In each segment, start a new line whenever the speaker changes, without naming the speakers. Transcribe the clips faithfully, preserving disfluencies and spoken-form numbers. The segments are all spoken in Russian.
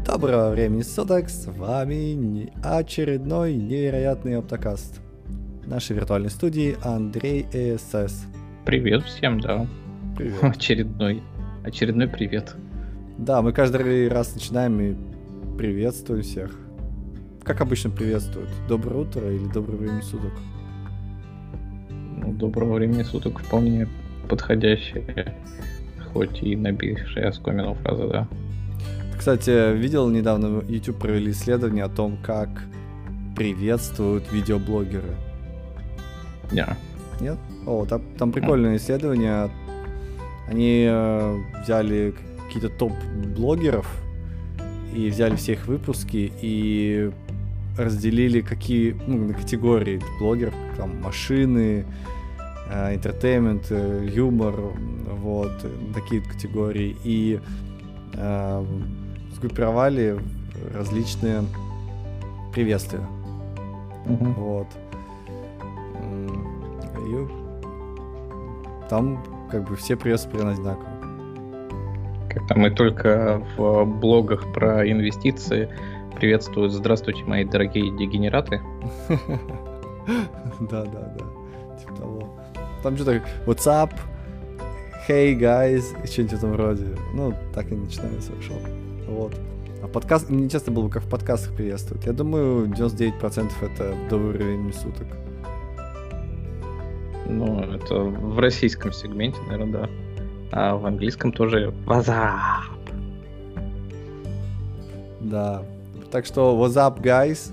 Доброго времени суток, с вами очередной невероятный Оптокаст. В нашей виртуальной студии Андрей ЭСС.
Привет всем, да.
Привет.
Очередной, очередной привет.
Да, мы каждый раз начинаем и приветствуем всех. Как обычно приветствуют? Доброе утро или доброе время суток?
Ну, доброго времени суток вполне подходящая, хоть и набившая оскомину фраза, да.
Кстати, видел недавно, YouTube провели исследование о том, как приветствуют видеоблогеры.
Yeah.
Нет? О, там, там прикольное исследование. Они э, взяли какие-то топ-блогеров и взяли все их выпуски и разделили какие, ну, на категории блогеров, там, машины, entertainment, э, юмор, вот, такие категории. И э, сгруппировали различные приветствия.
Uh-huh.
Вот. И там как бы все приветствия примерно одинаковые.
Как-то мы только в блогах про инвестиции приветствуют: здравствуйте, мои дорогие дегенераты.
Да, да, да. Типа того. Там что-то what's up, hey guys, и что-нибудь в этом роде. Ну, так и начинается шоу. Вот. А подкаст, не часто было бы, как в подкастах приветствуют. Я думаю, девяносто девять процентов это доброе время суток.
Ну, это в российском сегменте, наверное, да. А в английском тоже what's up.
Да. Так что what's up, guys?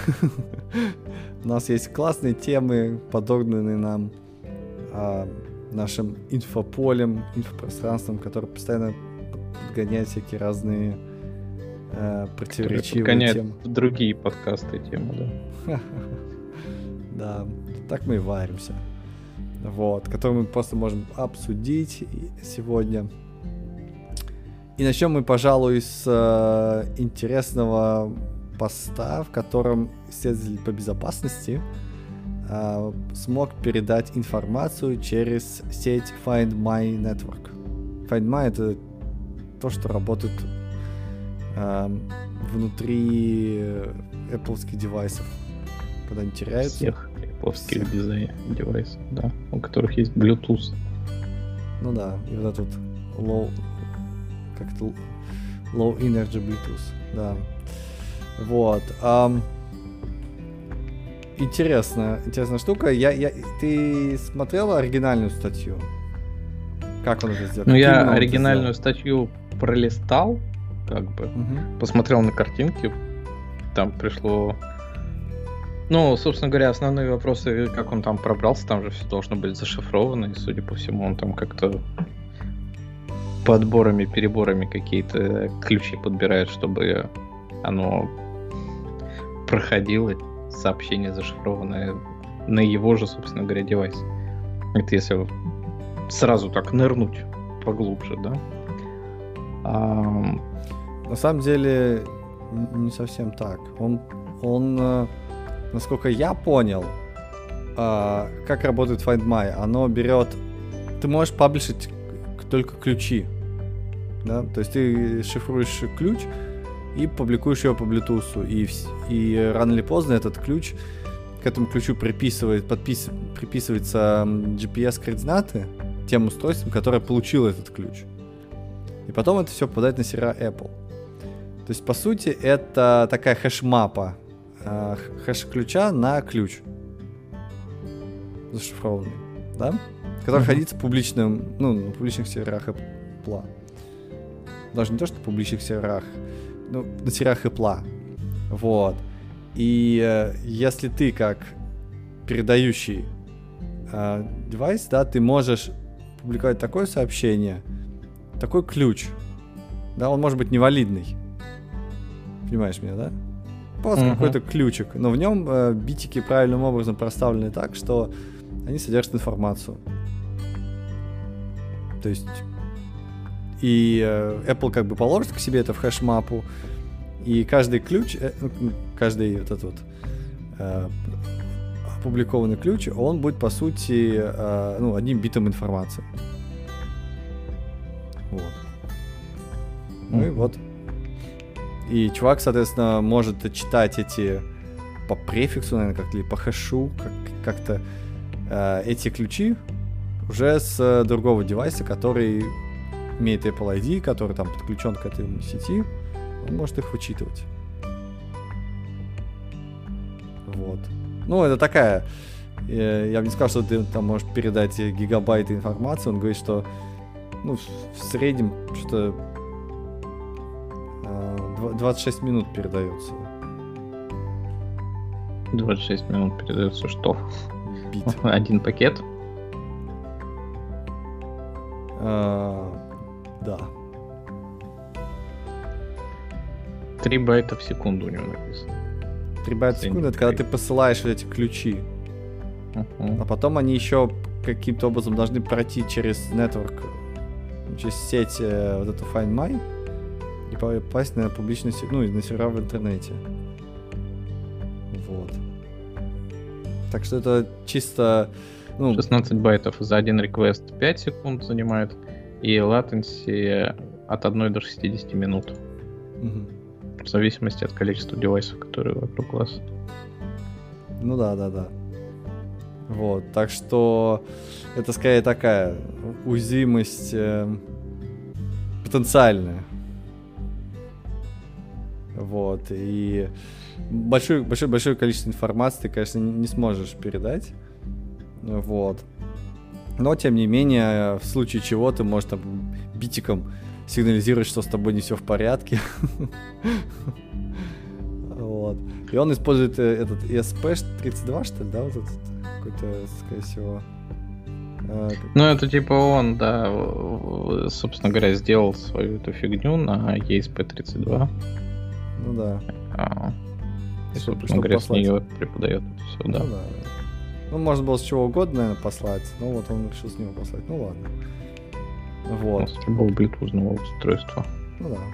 У нас есть классные темы, подогнанные нам а, нашим инфополем, инфопространством, которое постоянно подгоняет всякие разные а, противоречивые темы.
Другие подкасты темы, да.
Да, так мы и варимся. Вот, которые мы просто можем обсудить сегодня. И начнем мы, пожалуй, с э, интересного поста, в котором исследователь по безопасности э, смог передать информацию через сеть Find My Network. Find My — это то, что работает э, внутри Apple-ских девайсов, когда они теряются.
Всех Apple-ских девайсов, да, у которых есть Bluetooth.
Ну да, и вот этот low, как-то low energy Bluetooth, да. Вот. Um, интересная, интересная штука. Я, я, ты смотрела оригинальную статью? Как он это сделал?
Ну,
Каким
я
он
оригинальную статью пролистал, как бы,
uh-huh.
посмотрел на картинки, там пришло... Ну, собственно говоря, основные вопросы, как он там пробрался, там же все должно быть зашифровано, и, судя по всему, он там как-то подборами, переборами какие-то ключи подбирает, чтобы оно проходило, сообщение зашифрованное на его же, собственно говоря, девайс. Это если сразу так нырнуть поглубже, да? А...
На самом деле, не совсем так. Он, он насколько я понял, как работает Find My, оно берет... Ты можешь паблишить только ключи, да? То есть ты шифруешь ключ и публикуешь его по Bluetooth, и, и рано или поздно этот ключ, к этому ключу приписывает, подпис, приписывается джи пи эс-координаты тем устройствам, которое получило этот ключ. И потом это все попадает на сервера Apple. То есть, по сути, это такая хэш-мапа э, хэш-ключа на ключ зашифрованный, да? Который uh-huh. хранится в публичном, ну, на публичных серверах Apple. Даже не то, что в публичных серверах, ну, на серверах Apple. Вот. И э, если ты как передающий э, девайс, да, ты можешь публиковать такое сообщение, такой ключ, да, он может быть невалидный. Понимаешь меня, да? Просто uh-huh. какой-то ключик, но в нем э, битики правильным образом проставлены так, что они содержат информацию. То есть и э, Apple как бы положит к себе это в хэш-мапу, и каждый ключ, э, каждый вот этот вот э, опубликованный ключ, он будет по сути э, ну, одним битом информации. Вот. Ну mm-hmm. и вот И чувак, соответственно, может читать эти по префиксу, наверное, как-то, или по хэшу, как, как-то э, эти ключи уже с другого девайса, который имеет Apple ай ди, который там подключен к этой сети, он может их вычитывать. Вот. Ну, это такая... Э, я бы не сказал, что ты там можешь передать гигабайты информации. Он говорит, что ну, в среднем что-то э, двадцать шесть минут передается.
двадцать шесть минут передается что?
Бит.
Один пакет?
А, да.
три байта в секунду у него написано.
три байта в секунду — это когда ты посылаешь эти ключи. Uh-huh. А потом они еще каким-то образом должны пройти через network, через сеть э, вот эту Find My и попасть на публичный, ну, на сервера в интернете. Вот. Так что это чисто... Ну,
шестнадцать байтов за один request пять секунд занимает, и latency от одной до шестидесяти минут.
Угу.
В зависимости от количества девайсов, которые вокруг вас.
Ну да, да, да. Вот, так что это скорее такая уязвимость э, потенциальная. Вот, и большое, большое, большое количество информации ты, конечно, не сможешь передать. Вот. Но, тем не менее, в случае чего ты можешь там битиком сигнализировать, что с тобой не все в порядке. Вот. И он использует этот и эс пи тридцать два, что ли, да, вот этот какой-то, скорее всего.
Ну, это типа он, да, собственно говоря, сделал свою эту фигню на и эс пи тридцать два.
Ну да.
А, и, собственно говоря, с нее преподает это все, да.
Ну, да. Ну, можно было с чего угодно, наверное, послать, но вот он решил с него послать. Ну ладно. Вот.
С любого блютузного устройства.
Ну да.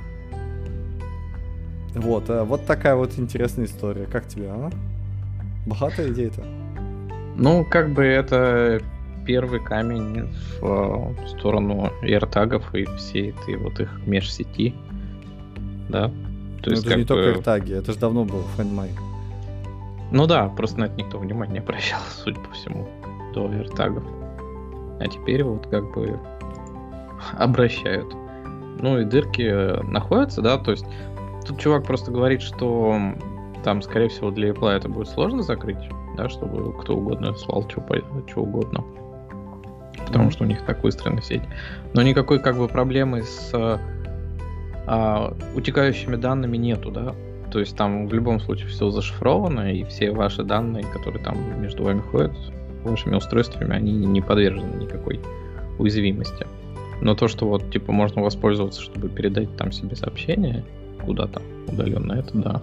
Вот, а вот такая вот интересная история. Как тебе, а? Богатая идея-то?
Ну, как бы это первый камень в сторону AirTag'ов и всей этой вот их межсети. Да. То есть,
это же не
бы...
только AirTag'и, это же давно был Find My.
Ну да, просто на это никто внимания не обращал, судя по всему, до AirTag'ов. А теперь вот как бы обращают. Ну и дырки находятся, да, то есть тут чувак просто говорит, что там, скорее всего, для Apple это будет сложно закрыть, да, чтобы кто угодно слал что, что угодно. Потому mm-hmm. что у них так выстроена сеть. Но никакой как бы проблемы с а, утекающими данными нету, да. То есть там в любом случае все зашифровано, и все ваши данные, которые там между вами ходят, вашими устройствами, они не подвержены никакой уязвимости. Но то, что вот типа можно воспользоваться, чтобы передать там себе сообщение куда-то удаленно, это да.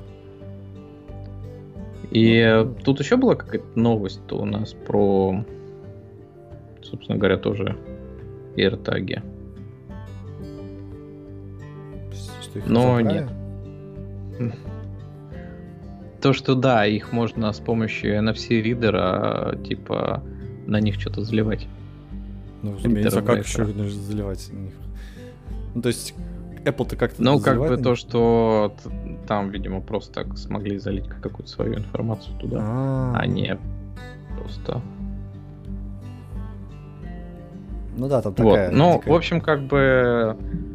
И mm-hmm. тут еще была какая-то новость у нас про, собственно говоря, тоже AirTag'и. Но нет. То, что да, их можно с помощью эн эф си-ридера, типа, на них что-то заливать.
Ну, разумеется, а как еще заливать на них? Ну, то есть, Apple-то как-то
Ну, как бы то, что там, видимо, просто так смогли залить какую-то свою информацию туда,
А-а-а.
а не просто...
Ну да, там
вот.
такая...
Ну,
такая...
в общем, как бы...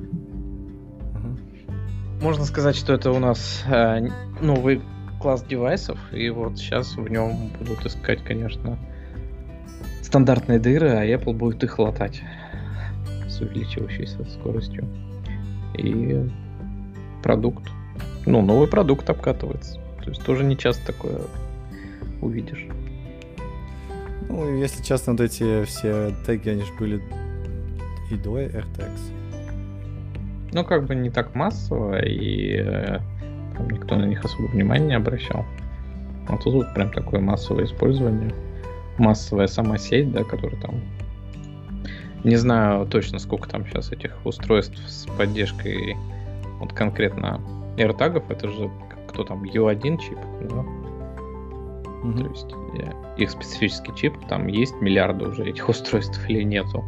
Можно сказать, что это у нас э, новый класс девайсов, и вот сейчас в нем будут искать, конечно, стандартные дыры, а Apple будет их латать с увеличивающейся скоростью. И продукт, ну, новый продукт обкатывается. То есть тоже не часто такое увидишь.
Ну, если честно, вот эти все теги, они же были и до AirTags.
Ну, как бы не так массово, и э, там никто на них особо внимания не обращал. А тут вот прям такое массовое использование. Массовая сама сеть, да, которая там... Не знаю точно, сколько там сейчас этих устройств с поддержкой вот конкретно AirTag'ов. Это же кто там, ю один чип, да? Mm-hmm. То есть их специфический чип, там есть миллиарды уже этих устройств или нету.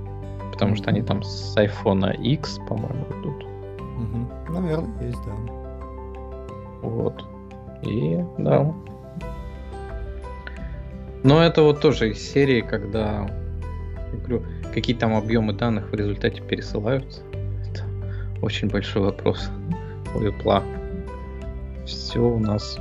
Потому что они там с iPhone X, по-моему, идут.
Угу. Наверное, есть, да.
Вот. И да. Но это вот тоже из серии, когда, я говорю, какие там объемы данных в результате пересылаются. Это очень большой вопрос у Apple. Все у нас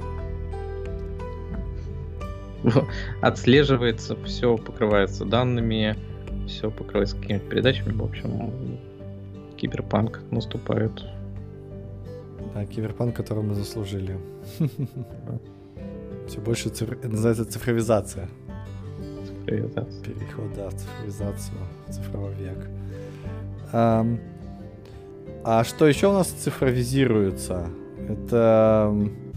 отслеживается, все покрывается данными, все покрывается какими-то передачами. В общем, киберпанк наступает.
Да, киберпанк, который мы заслужили. Все больше цифр... это называется цифровизация.
Цифровизация.
Переход, да, в цифровизацию, в цифровой век. А, а что еще у нас цифровизируется? Это...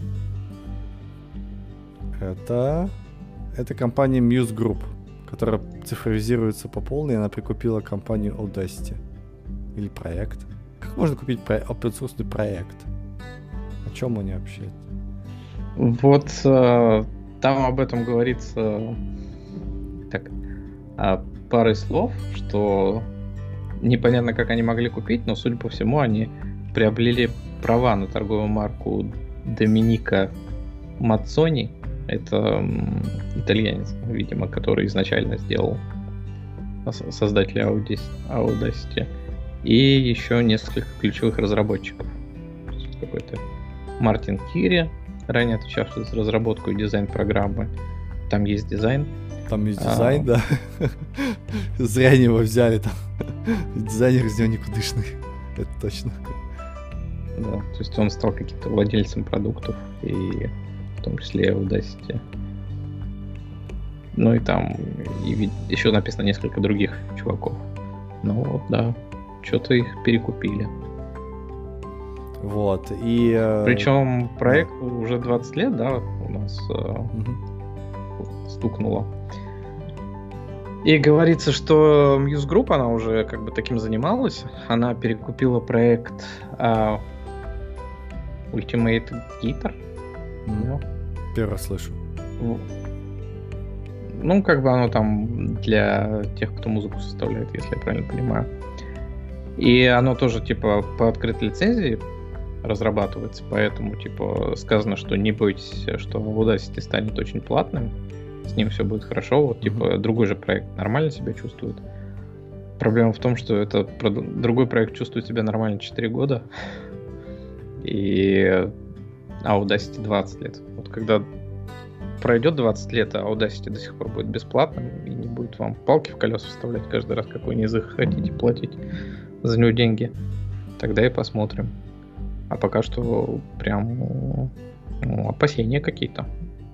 Это... Это компания Muse Group, которая цифровизируется по полной. Она прикупила компанию Audacity. Или проект. Как можно купить про... open-source проект? О чем они вообще?
Вот э, там об этом говорится так, э, парой слов, что непонятно, как они могли купить, но, судя по всему, они приобрели права на торговую марку Доминика Маццони. Это м, итальянец, видимо, который изначально сделал создатель Audacity. И еще несколько ключевых разработчиков. Какой-то Мартин Кири, ранее отвечавший за разработку и дизайн программы. Там есть дизайн.
Там есть дизайн, а, да. Зря они его взяли там. Дизайнер из него никудышный. Это точно.
Да, то есть он стал каким-то владельцем продуктов, и в том числе Audacity. Ну и там и еще написано несколько других чуваков. Ну вот, да, что-то их перекупили.
Вот, и...
Причем проекту да. уже двадцать лет, да, у нас угу. стукнуло. И говорится, что Muse Group, она уже как бы таким занималась. Она перекупила проект uh, Ultimate Guitar.
Mm. Да. Первый раз слышу.
Ну, как бы оно там для тех, кто музыку составляет, если я правильно понимаю. И оно тоже, типа, по открытой лицензии разрабатывается, поэтому, типа, сказано, что не бойтесь, что Audacity станет очень платным, с ним все будет хорошо, вот, типа, mm-hmm. другой же проект нормально себя чувствует. Проблема в том, что это другой проект чувствует себя нормально четыре года, и Audacity двадцать лет. Вот когда пройдет двадцать лет, а Audacity до сих пор будет бесплатным, и не будет вам палки в колеса вставлять каждый раз, какой язык хотите платить за него деньги, тогда и посмотрим. А пока что прям ну, опасения какие-то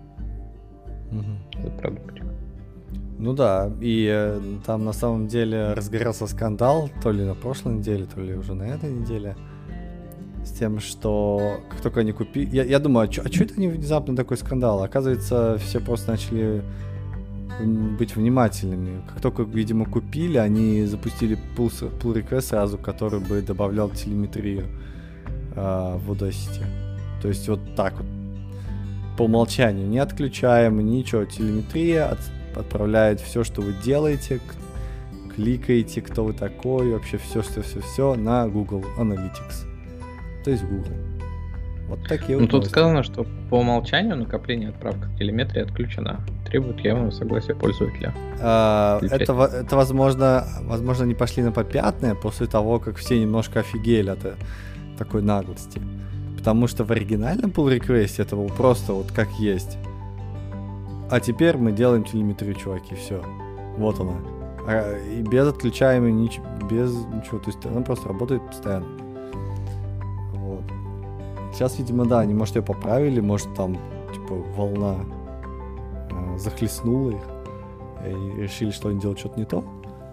угу.
за продуктик.
Ну да, и э, там на самом деле разгорелся скандал, то ли на прошлой неделе, то ли уже на этой неделе, с тем, что как только они купили... Я, я думаю, а что а это они внезапно такой скандал? Оказывается, все просто начали быть внимательными. Как только, видимо, купили, они запустили pull, pull request сразу, который бы добавлял телеметрию в Audacity. То есть вот так вот по умолчанию не отключаем ничего, телеметрия от, отправляет все, что вы делаете, к, кликаете, кто вы такой, вообще все, все, все, все на Google Analytics, то есть Google. Вот такие
вот. Ну
тут
новости. Сказано, что по умолчанию накопление отправка телеметрии отключена, требует явного согласия пользователя.
А, это, это возможно, возможно, они пошли на попятные после того, как все немножко офигели от такой наглости. Потому что в оригинальном pull request это было просто вот как есть. А теперь мы делаем телеметрию, чуваки, все. Вот она. А, и без отключаемой, нич- без ничего. То есть она просто работает постоянно. Вот. Сейчас, видимо, да, они, может, ее поправили, может, там, типа, волна э, захлестнула их и решили, что они делают что-то не то.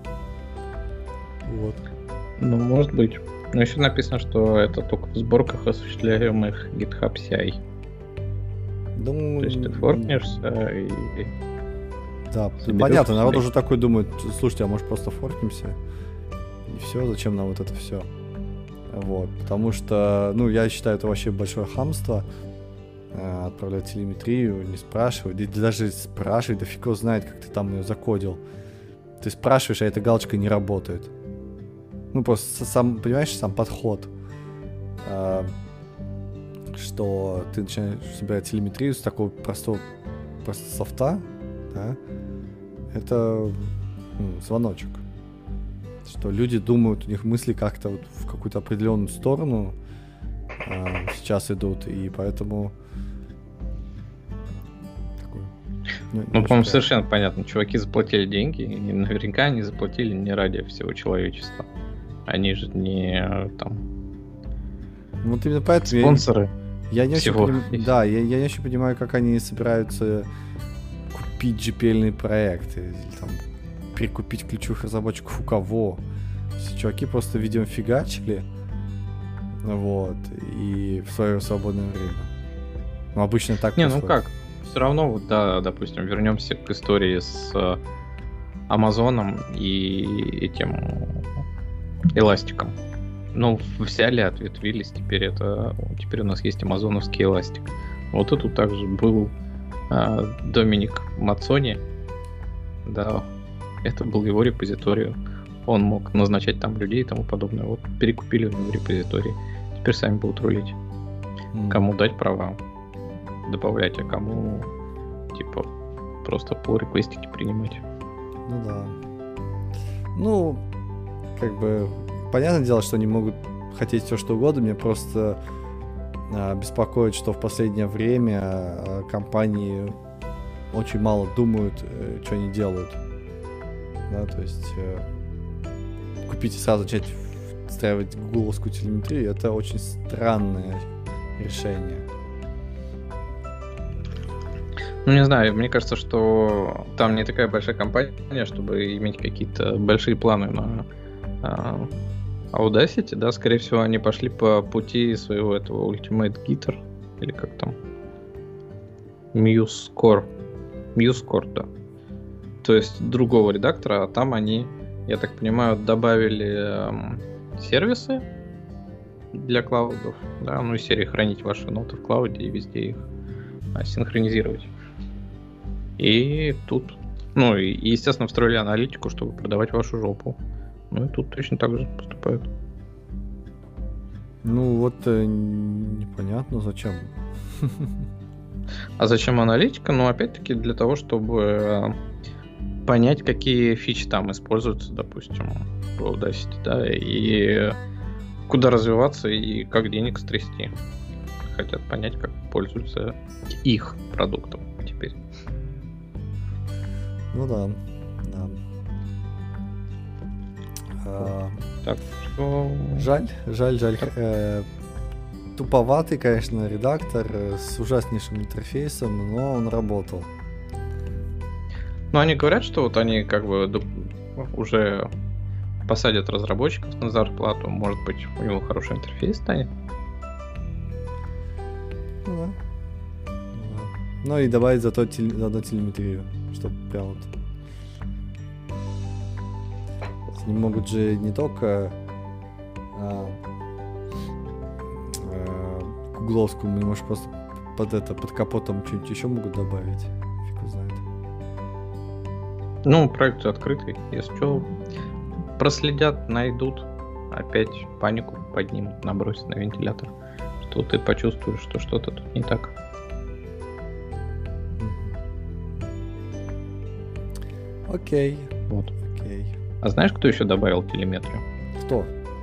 Вот.
Ну, может быть. Но еще написано, что это только в сборках, осуществляемых GitHub си ай.
Ну,
то есть ты форкнешься и...
Да, понятно, народ себе. Уже такой думает, слушайте, а может просто форкнемся? И все, зачем нам вот это все? Вот, потому что, ну, я считаю, это вообще большое хамство. Э, отправлять телеметрию, не спрашивать, и даже спрашивать, да фиг его знает, как ты там ее закодил. Ты спрашиваешь, а эта галочка не работает. Ну, просто сам, понимаешь, сам подход. А, что ты начинаешь собирать телеметрию с такого простого, просто софта, да, это ну, звоночек. Что люди думают, у них мысли как-то вот в какую-то определенную сторону а, сейчас идут, и поэтому... Такой,
ну, ну по-моему, совершенно понятно. Чуваки заплатили деньги, и наверняка они заплатили не ради всего человечества. Они же не там...
Вот именно поэтому
спонсоры.
Я, я не очень поним... Да, я, я не очень понимаю, как они собираются купить джи пи эл-ные проекты, или там перекупить ключевых разработчиков у кого. Все чуваки просто, видимо, фигачили, вот, и в свое свободное время. Ну, обычно так
Не,
происходит.
ну как, все равно, вот, да, допустим, вернемся к истории с э, Амазоном и этим эластиком. Ну, взяли, ответвились, теперь это, теперь у нас есть амазоновский эластик. Вот и тут также был э, Доминик Мацони, да, это был его репозиторий, он мог назначать там людей и тому подобное. Вот перекупили у него репозиторий, теперь сами будут рулить. Mm. Кому дать права добавлять, а кому типа просто pull-реквестики принимать.
Ну да. Ну, как бы понятное дело, что они могут хотеть все что угодно, мне просто а, беспокоит, что в последнее время а, компании очень мало думают, э, что они делают. Да, то есть э, купить и сразу начать встраивать гугловскую телеметрию, это очень странное решение.
Ну, не знаю, мне кажется, что там не такая большая компания, чтобы иметь какие-то большие планы на а, Audacity, да, скорее всего, они пошли по пути своего этого Ultimate Guitar, или как там, MuseScore, MuseScore, да. То есть другого редактора, а там они, я так понимаю, добавили эм, сервисы для клаудов, да, ну и серии хранить ваши ноты в клауде и везде их а, синхронизировать. И тут, ну и, естественно, встроили аналитику, чтобы продавать вашу жопу. Ну и тут точно так же поступают.
Ну вот э, непонятно зачем.
А зачем аналитика? Ну опять-таки для того, чтобы э, понять, какие фичи там используются, допустим, в Audacity, да, и куда развиваться и как денег стрясти. Хотят понять, как пользуются их продуктом теперь.
Ну да, да. А,
так что...
Жаль, жаль, жаль. Э, туповатый, конечно, редактор с ужаснейшим интерфейсом, но он работал.
Ну, они говорят, что вот они как бы уже посадят разработчиков на зарплату, может быть, у него хороший интерфейс станет.
Ну да. Ну и добавить зато теле, заодно телеметрию, чтобы прям вот... Они могут же не только а, а, гугловскую, может просто под это, под капотом что-нибудь еще могут добавить. Фиг его знает.
Ну, проект открытый. Если что, проследят, найдут, опять панику поднимут, набросят на вентилятор, что ты почувствуешь, что что-то тут не так.
Окей.
Вот.
Окей.
А знаешь, кто еще добавил телеметрию?
Кто?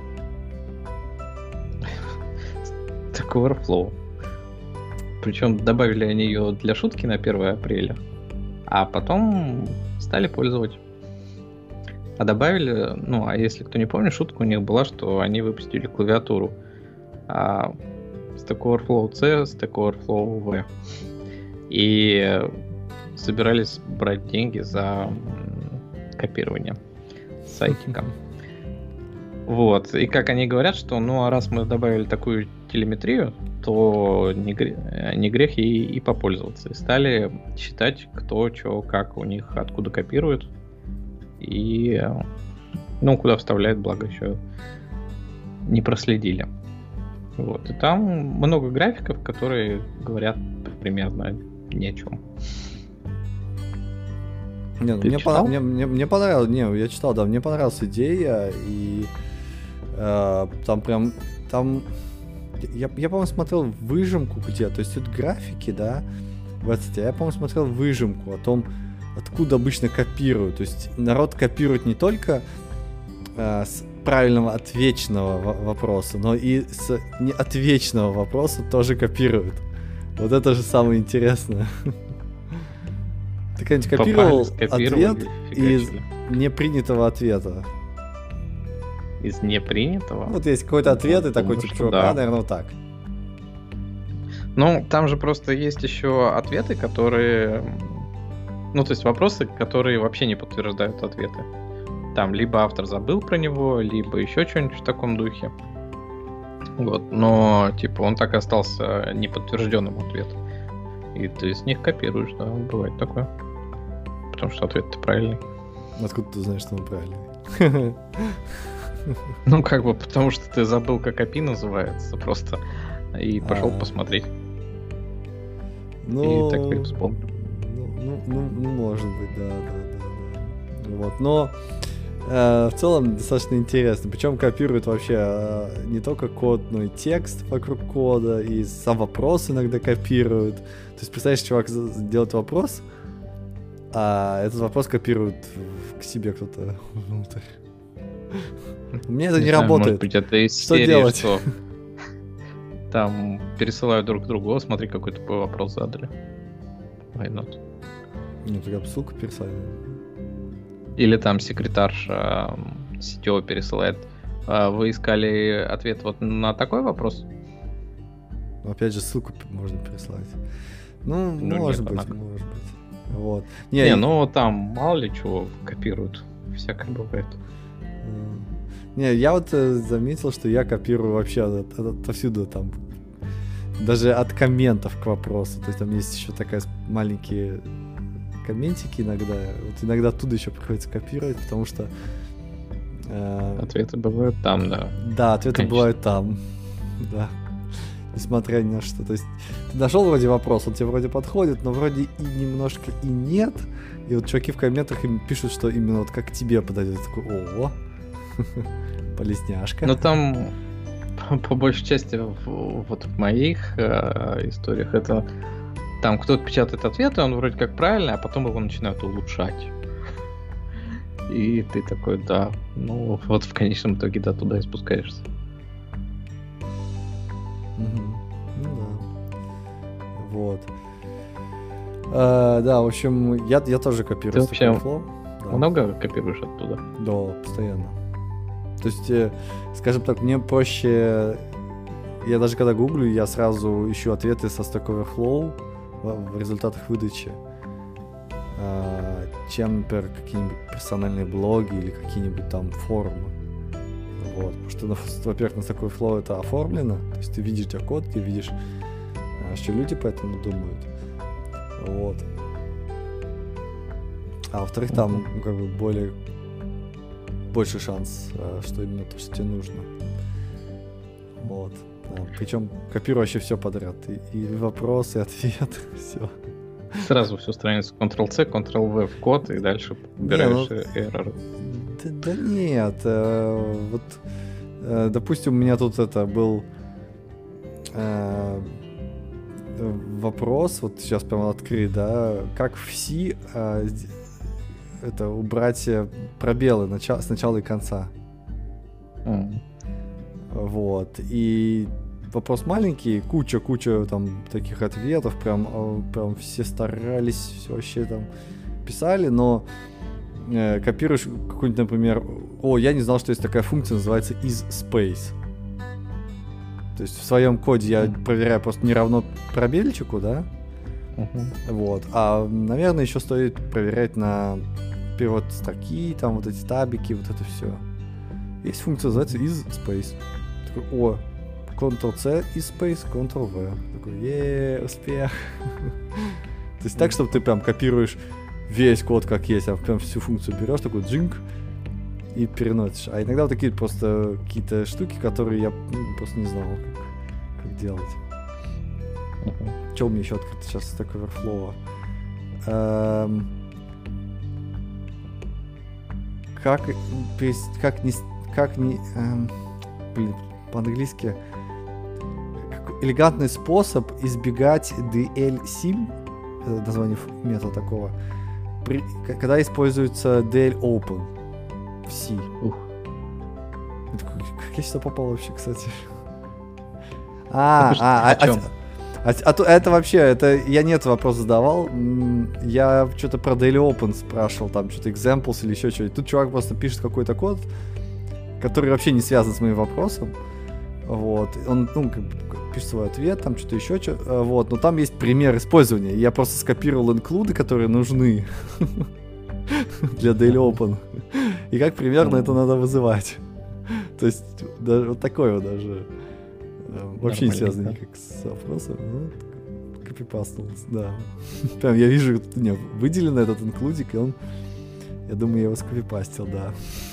Stack Overflow. Причем добавили они ее для шутки на первое апреля, а потом стали пользовать. А добавили, ну, а если кто не помнит, шутка у них была, что они выпустили клавиатуру а, Stack Overflow C, Stack Overflow V. И собирались брать деньги за копирование сайтика. Вот. И как они говорят, что ну а раз мы добавили такую телеметрию, то не грех, не грех и, и попользоваться. И стали считать, кто, что, как у них, откуда копирует. И ну, куда вставляет, благо еще не проследили. Вот. И там много графиков, которые говорят примерно ни о чем.
Не, ну, мне, по- мне, мне, мне понравилось, не, я читал, да, мне понравилась идея, и э, там прям, там, Я, я по-моему, смотрел выжимку где, то есть тут графики, да, в этот, я, по-моему, смотрел выжимку о том, откуда обычно копируют. То есть народ копирует не только э, с правильного отвечного в- вопроса, но и с неотвечного вопроса тоже копируют. Вот это же самое интересное. Ты когда-нибудь копировал ответ из непринятого ответа?
Из непринятого?
Вот есть какой-то ответ, и такой, типа, чувак, да, наверное, вот так.
Ну, там же просто есть еще ответы, которые... Ну, то есть вопросы, которые вообще не подтверждают ответы. Там либо автор забыл про него, либо еще что-нибудь в таком духе. Вот, но, типа, он так и остался неподтвержденным ответом. И ты с них копируешь, да, бывает такое. Потому что ответ-то правильный.
Откуда ты знаешь, что он правильный?
Ну, как бы, потому что ты забыл, как эй пи ай называется, просто. И пошел
А.
посмотреть.
Ну,
И так и вспомнил.
Ну, ну, ну, ну, может быть, да, да, да, да. Вот, но э, в целом достаточно интересно. Причем копируют вообще э, не только код, но и текст вокруг кода, и сам вопрос иногда копируют. То есть, представляешь, чувак делает вопрос, а этот вопрос копирует в- к себе кто-то внутрь. У меня это не
знаю,
работает.
Может быть, это из
Что
серии,
делать?
что там пересылают друг другу, о, смотри, какой тупой вопрос задали. Why not?
Ну, тогда бы ссылку переслали.
Или там секретарша м, сетевой пересылает. «А вы искали ответ вот на такой вопрос?
Но опять же, ссылку п- можно переслать. Ну,
Ну,
может
нет,
быть,
она-
может быть. Вот.
Не,
и-
ну там мало ли чего копируют. Всякое бывает.
М. Не, я вот э, заметил, что я копирую вообще от- от- отовсюду там. Даже от комментов к вопросу. То есть там есть еще такая с- маленькие комментики иногда. Вот иногда оттуда еще приходится копировать, потому что э,
Ответы бывают там, да.
да, ответы
Конечно.
бывают там. Да. Несмотря ни на что. То есть ты нашел вроде вопрос, он тебе вроде подходит, но вроде и немножко и нет. И вот чуваки в комментах им пишут, что именно вот как тебе подойдет. Я такой, ого, полезняшка.
Но там по, по большей части в- вот в моих э, историях это там кто-то печатает ответы, он вроде как правильный, а потом его начинают улучшать. И ты такой, да, ну вот в конечном итоге да, туда и спускаешься.
Мгм. Ну да. Вот. А, да, в общем, я, я тоже копирую
Ты вообще
Stack Overflow. Да.
Много копируешь оттуда?
Да, постоянно. То есть, э, скажем так, мне проще... Я даже когда гуглю, я сразу ищу ответы со Stack Overflow в, в результатах выдачи, а, чем, например, какие-нибудь персональные блоги или какие-нибудь там форумы. Вот. Потому что, ну, во-первых, на Stack Overflow это оформлено, то есть ты видишь где код, ты видишь, а, что люди по этому думают. Вот. А во-вторых, там ну, как бы более больше шанс, а, что именно то, что тебе нужно. Вот. Да. Причем копирую вообще все подряд. И, и вопрос, и ответ, все.
Сразу всю страницу контрол-C, контрол-V в код, и дальше убираешь
ну,
error.
Да, да нет. э, вот, э, допустим, у меня тут это был э, вопрос, вот сейчас прямо открыть, да, как в C э, с- это убрать э, пробелы нача- с начала и конца.
М.
Вот. И вопрос маленький, куча-куча там таких ответов, прям, э, прям все старались, все вообще там писали, но э, копируешь какой-нибудь, например, о, я не знал, что есть такая функция, называется isSpace. То есть в своем коде я проверяю просто не равно пробельчику, да,
Мгм.
вот, а, наверное, еще стоит проверять на перевод строки, там вот эти табики, вот это все. Есть функция, называется isSpace. Такой, о, контрол-C, isSpace, контрол-V. Такой, е успех. То есть так, чтобы ты прям копируешь весь код как есть, а прям всю функцию берешь, такой джинк, и переносишь. А иногда вот такие просто какие-то штуки, которые я ну, просто не знал, как, как делать.
Мгм.
Что у меня еще открыто сейчас с Stack Overflow? Эм, Как, перес- как не... с- Как не... эм, Блин, по-английски... элегантный способ избегать ди эл сим, это название метода такого, при, когда используется ди эл open в C. Ух. Это, как я сюда попал вообще, кстати? А, а, а, а, а, а, а это вообще, это я не этот вопрос задавал, я что-то про ди эл open спрашивал, там что-то examples или еще что-то. Тут чувак просто пишет какой-то код, который вообще не связан с моим вопросом. Вот, он, ну, как бы пишет свой ответ, там что-то еще, что, вот, но там есть пример использования. Я просто скопировал инклюды, которые нужны для ди эл open. И как примерно это надо вызывать. То есть, даже вот такое вот даже вообще не связано никак с вопросом. Ну, копипастнулось, да. Прям я вижу, не, выделен этот инклюдик, и он, я думаю, я его скопипастил, да.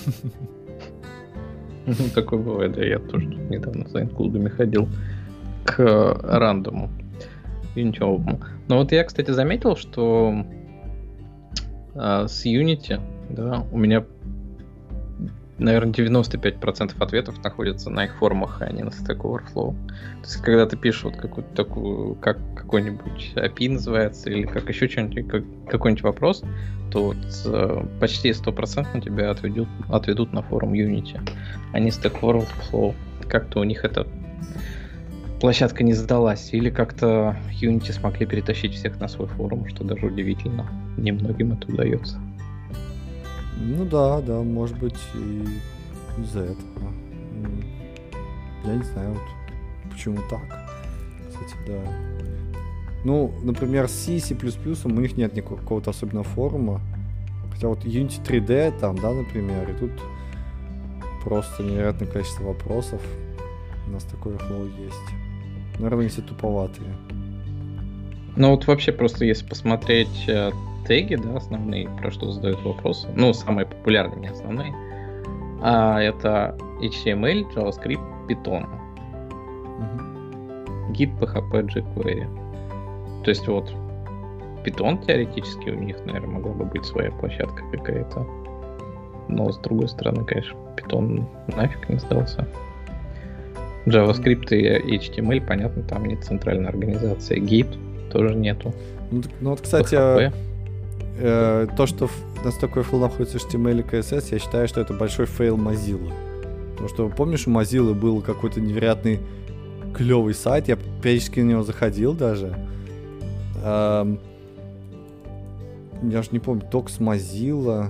Ну, такое бывает, да, я тоже недавно за инклюдами ходил к рандому. И ничего. Но вот я, кстати, заметил, что а, с Unity, да, у меня, наверное, девяносто пять процентов ответов находятся на их форумах, а не на Stack Overflow. То есть, когда ты пишешь вот какую-то такую, как какой-нибудь эй пи ай называется, или как еще что-нибудь, как, какой-нибудь вопрос, то вот э, почти сто процентов тебя отведут, отведут на форум Unity, а не Stack Overflow. Как-то у них эта площадка не сдалась, или как-то Unity смогли перетащить всех на свой форум, что даже удивительно. Немногим это удается.
Ну да, да, может быть и из-за этого. Я не знаю, вот почему так. Кстати, да. Ну, например, с C, C++ у них нет никакого какого-то особенного форума. Хотя вот Unity три дэ там, да, например, и тут просто невероятное количество вопросов. У нас такой флоу есть. Наверное, все туповатые.
Ну вот вообще просто если посмотреть э, теги, да, основные, про что задают вопросы, ну, самые популярные, не основные, а это эйч ти эм эль, JavaScript, Python, uh-huh. Git, пи эйч пи, jQuery. То есть вот Python теоретически у них, наверное, могла бы быть своя площадка какая-то. Но с другой стороны, конечно, Python нафиг не сдался. JavaScript и эйч ти эм эль, понятно, там нет центральной организации. Git тоже нету.
Ну, ну вот, кстати, э, э, то, что на Stack Overflow находится эйч ти эм эль и си эс эс, я считаю, что это большой фейл Mozilla. Потому что, помнишь, у Mozilla был какой-то невероятный клевый сайт, я периодически на него заходил даже. Эм, я же не помню, Docs Mozilla.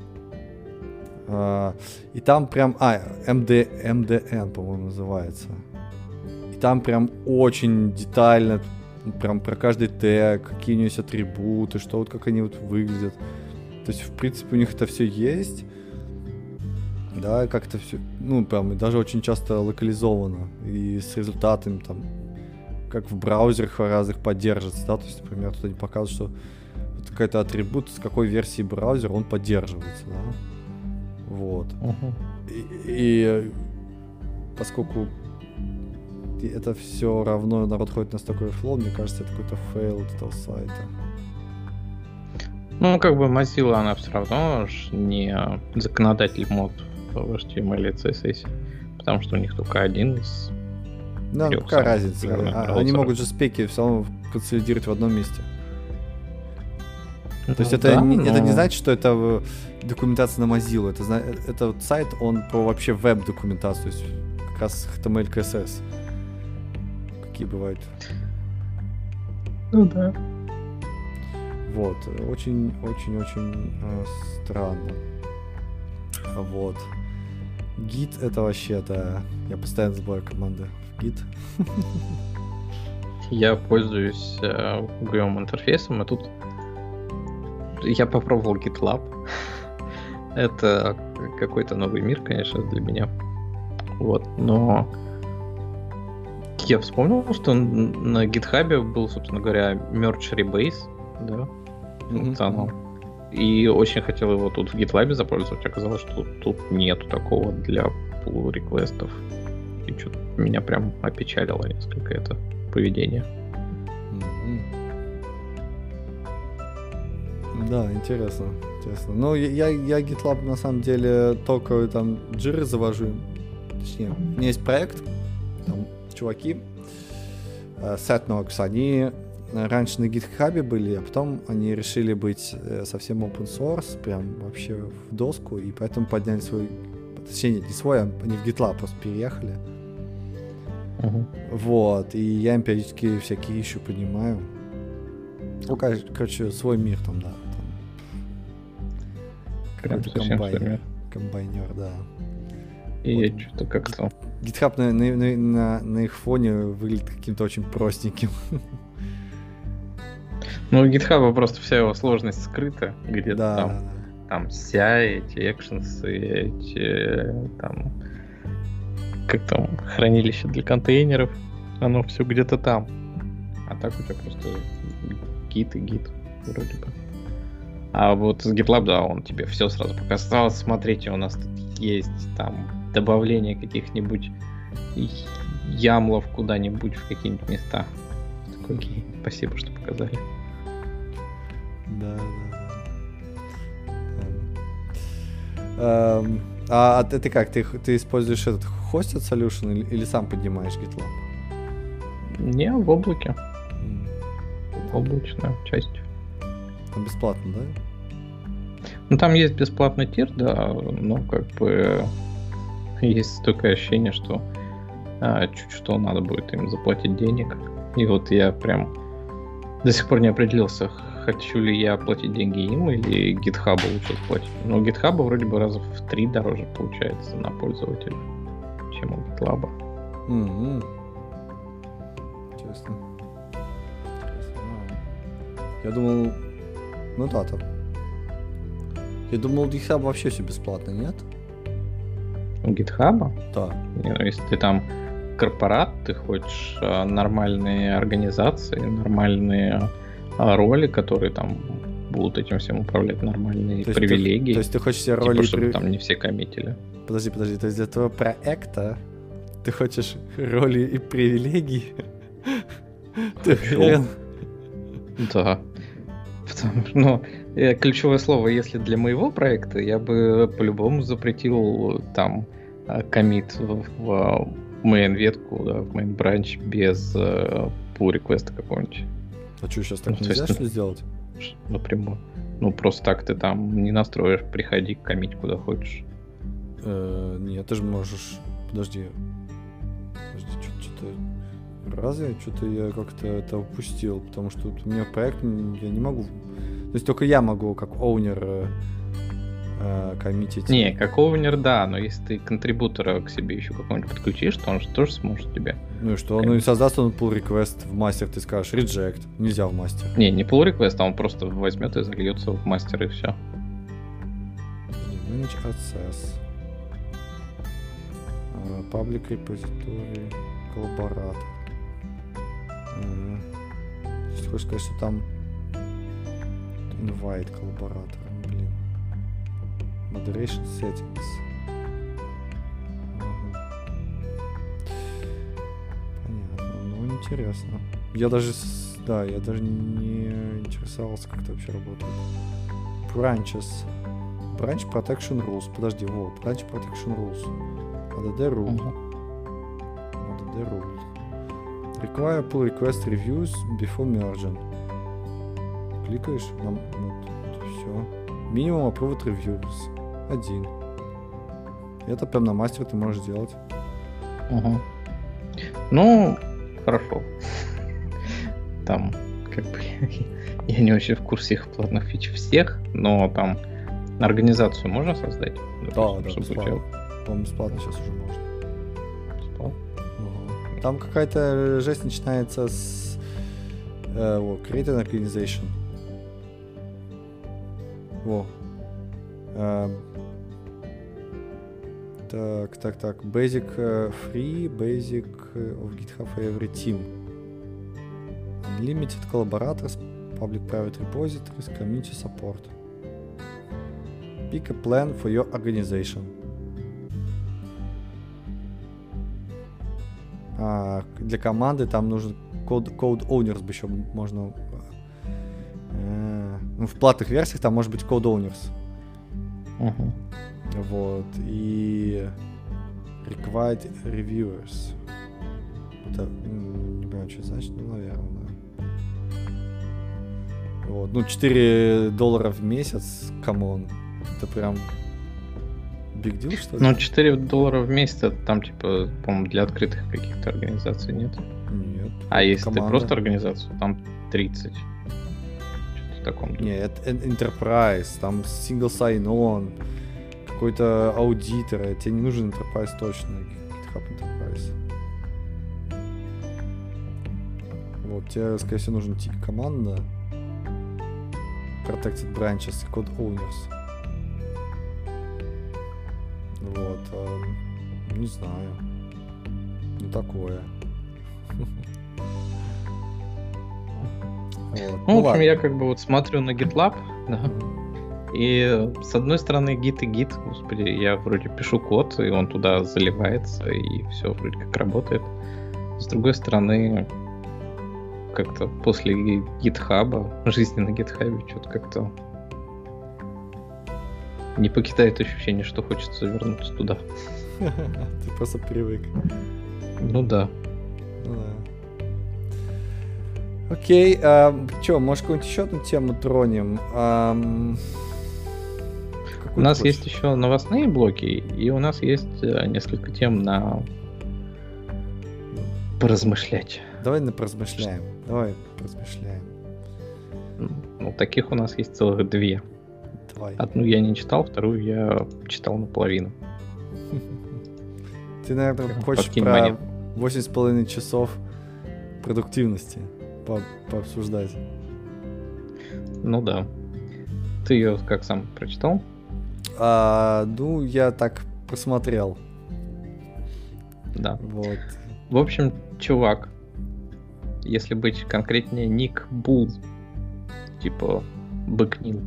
Э, и там прям... А, эм ди, эм ди эн, по-моему, называется. И там прям очень детально, прям про каждый тег, какие у него есть атрибуты, что вот как они вот выглядят. То есть, в принципе, у них это все есть. Да, как-то все, ну, прям, даже очень часто локализовано. И с результатами там, как в браузерах разных поддерживается, да, то есть, например, тут они показывают, что вот какой-то атрибут, с какой версии браузера он поддерживается, да. Вот. Uh-huh. И, и поскольку это все равно народ ходит на Stack Overflow, мне кажется, это какой-то фейл этого сайта.
Ну, как бы Mozilla, она все равно не законодатель мод в эйч ти эм эль и си эс эс, потому что у них только один из...
Ну, какая разница? А, они могут же спеки все равно консолидировать в одном месте. Ну, то есть это, да, не, но... это не значит, что это документация на Mozilla. Это, это вот сайт, он про вообще веб-документацию, то есть как раз эйч ти эм эль, си эс эс. Какие бывают.
Ну да.
Вот, очень-очень-очень э, странно. Вот. Git это вообще, да, я постоянно забываю команды в Git.
Я пользуюсь э, угловым интерфейсом, и тут я попробовал GitLab. Это какой-то новый мир, конечно, для меня. Вот, но я вспомнил, что на GitHub был, собственно говоря, Merge Rebase, да, функционал. Mm-hmm. И очень хотел его тут в GitLab запользовать. Оказалось, что тут нету такого для pull реквестов. И что-то меня прям опечалило несколько это поведение.
Mm-hmm. Да, интересно, интересно. Ну, я, я GitLab на самом деле только там джиры завожу. Точнее, у меня есть проект, там чуваки э, Setnox, они раньше на GitHub были, а потом они решили быть э, совсем open source, прям вообще в доску, и поэтому подняли свой, точнее, не свой, а они в GitLab просто переехали.
Uh-huh.
Вот, и я им периодически всякие ищу, понимаю. Ну, короче, свой мир там, да. Там.
Прям совсем
комбайнер,
свой мир.
комбайнер, да.
И
вот.
я что-то как-то...
GitHub на, на, на, на их фоне выглядит каким-то очень простеньким.
Ну, у GitHub просто вся его сложность скрыта, где-то
да.
там, там си ай, эти экшенсы, эти там, как там, хранилище для контейнеров, оно все где-то там. А так у тебя просто гит и гит вроде бы. А вот с GitLab, да, он тебе все сразу показал. Смотрите, у нас тут есть там добавление каких-нибудь ямлов куда-нибудь в какие-нибудь места. Такой, окей, спасибо, что показали.
Да, да, да. Эм, а ты, ты как? Ты, ты используешь этот hosted solution или, или сам поднимаешь GitLab?
Не, в облаке.
Mm.
Облачная часть.
Там бесплатно, да?
Ну, там есть бесплатный тир, да, но как бы есть такое ощущение, что а, чуть что надо будет им заплатить денег. И вот я прям до сих пор не определился, хочу ли я платить деньги им или GitHub лучше платить. Но у GitHub вроде бы раза в три дороже получается на пользователя, чем у GitLab.
Mm-hmm. Интересно. Я думал, ну да, там. Я думал, у GitHub вообще все бесплатно, нет?
У GitHub?
Да.
Не, ну, если ты там корпорат, ты хочешь а, нормальные организации, нормальные а, роли, которые там будут этим всем управлять, нормальные
то
привилегии.
Ты, то есть ты хочешь себе
типа,
роли...
чтобы
при...
там не все коммитили.
Подожди, подожди, то есть для твоего проекта ты хочешь роли и привилегии? Ты уверен?
Да. Потому, ну, ключевое слово, если для моего проекта, я бы по-любому запретил там коммит в, в main ветку, да, в main branch без uh, pull request какого-нибудь.
А что, сейчас так
ну,
нельзя,
есть,
что ли, сделать?
Напрямую. Ну, просто так ты там не настроишь, приходи, коммить куда хочешь.
Э, нет, ты же можешь... Подожди. Подожди, что-то... Разве? Что-то я как-то это упустил, потому что у меня проект, я не могу... То есть только я могу, как оунер, э, э, коммитить.
Не, как оунер, да, но если ты контрибутора к себе еще какого-нибудь подключишь, то он же тоже сможет тебе...
Ну и что? Он не создаст он pull request в мастер, ты скажешь reject. Нельзя в мастер.
Не, не pull request, а он просто возьмет и зальется в мастер и все.
Manage access. Uh, public repository. Коллаборатор. Uh, ты хочешь сказать, что там invite коллаборатора, блин. Moderation settings. Uh-huh. Понятно, ну интересно. Я даже, да, я даже не интересовался, как это вообще работает. Branches. Branch Protection Rules. Подожди, во, Branch Protection Rules. эй ди ди Rule.
Uh-huh.
эй ди ди Rule. Require pull request reviews before merging. Кликаешь, нам, вот, все. Minimum approved reviews. Один. Это прям на мастер ты можешь делать.
Угу. Ну, хорошо. Там, как бы, я не очень в курсе их платных фич всех, но там организацию можно создать?
Да, да, бесплатно. По-моему, бесплатно сейчас уже можно.
Бесплатно?
Угу. Там какая-то жесть начинается с э, во, Create an Organization. Во. Э, так, так, так. Basic uh, free, basic of GitHub for every team. Unlimited collaborators, public private repositories, community support. Pick a plan for your organization. А, для команды там нужен code, code owners бы еще можно. Э, ну, в платных версиях там может быть code owners.
Uh-huh.
Вот. И required reviewers. Это, не понимаю, что это значит, ну, наверное, да. Вот. Ну, четыре доллара в месяц, камон. Это прям big deal, что ли?
Ну, четыре доллара в месяц, это там, типа, по-моему, для открытых каких-то организаций, нет?
Нет.
А если
команда.
ты просто организацию, там тридцать. Что-то в таком.
Нет, это Enterprise, там single sign-on, какой-то аудитор. Тебе не нужен Enterprise точно, GitHub Enterprise. Вот, тебе, скорее всего, нужен тип команда, Protected Branches и Code Owners. Вот, а, не знаю. Ну, такое. Вот.
Ну, в общем,
ладно.
я как бы вот смотрю на GitLab, да, и с одной стороны гит и гит, господи, я вроде пишу код, и он туда заливается, и все вроде как работает. С другой стороны, как-то после гитхаба, жизни на гитхабе, что-то как-то не покидает ощущение, что хочется вернуться туда.
Ты просто привык.
Ну да.
Ну да. Окей, а, чё, может, какую-нибудь еще одну тему тронем? А,
у нас есть еще новостные блоки, и у нас есть несколько тем на поразмышлять.
Давай на поразмышляем. Давай поразмышляем.
Ну, таких у нас есть целых две.
Давай.
Одну я не читал, вторую я читал наполовину.
Ты, наверное, хочешь
Подкинь
про
монет.
восемь с половиной часов продуктивности по- пообсуждать.
Ну да. Ты ее как сам прочитал?
А, ну, я так посмотрел.
Да.
Вот.
В общем, чувак, если быть конкретнее, Ник Бул, типа бэкнил,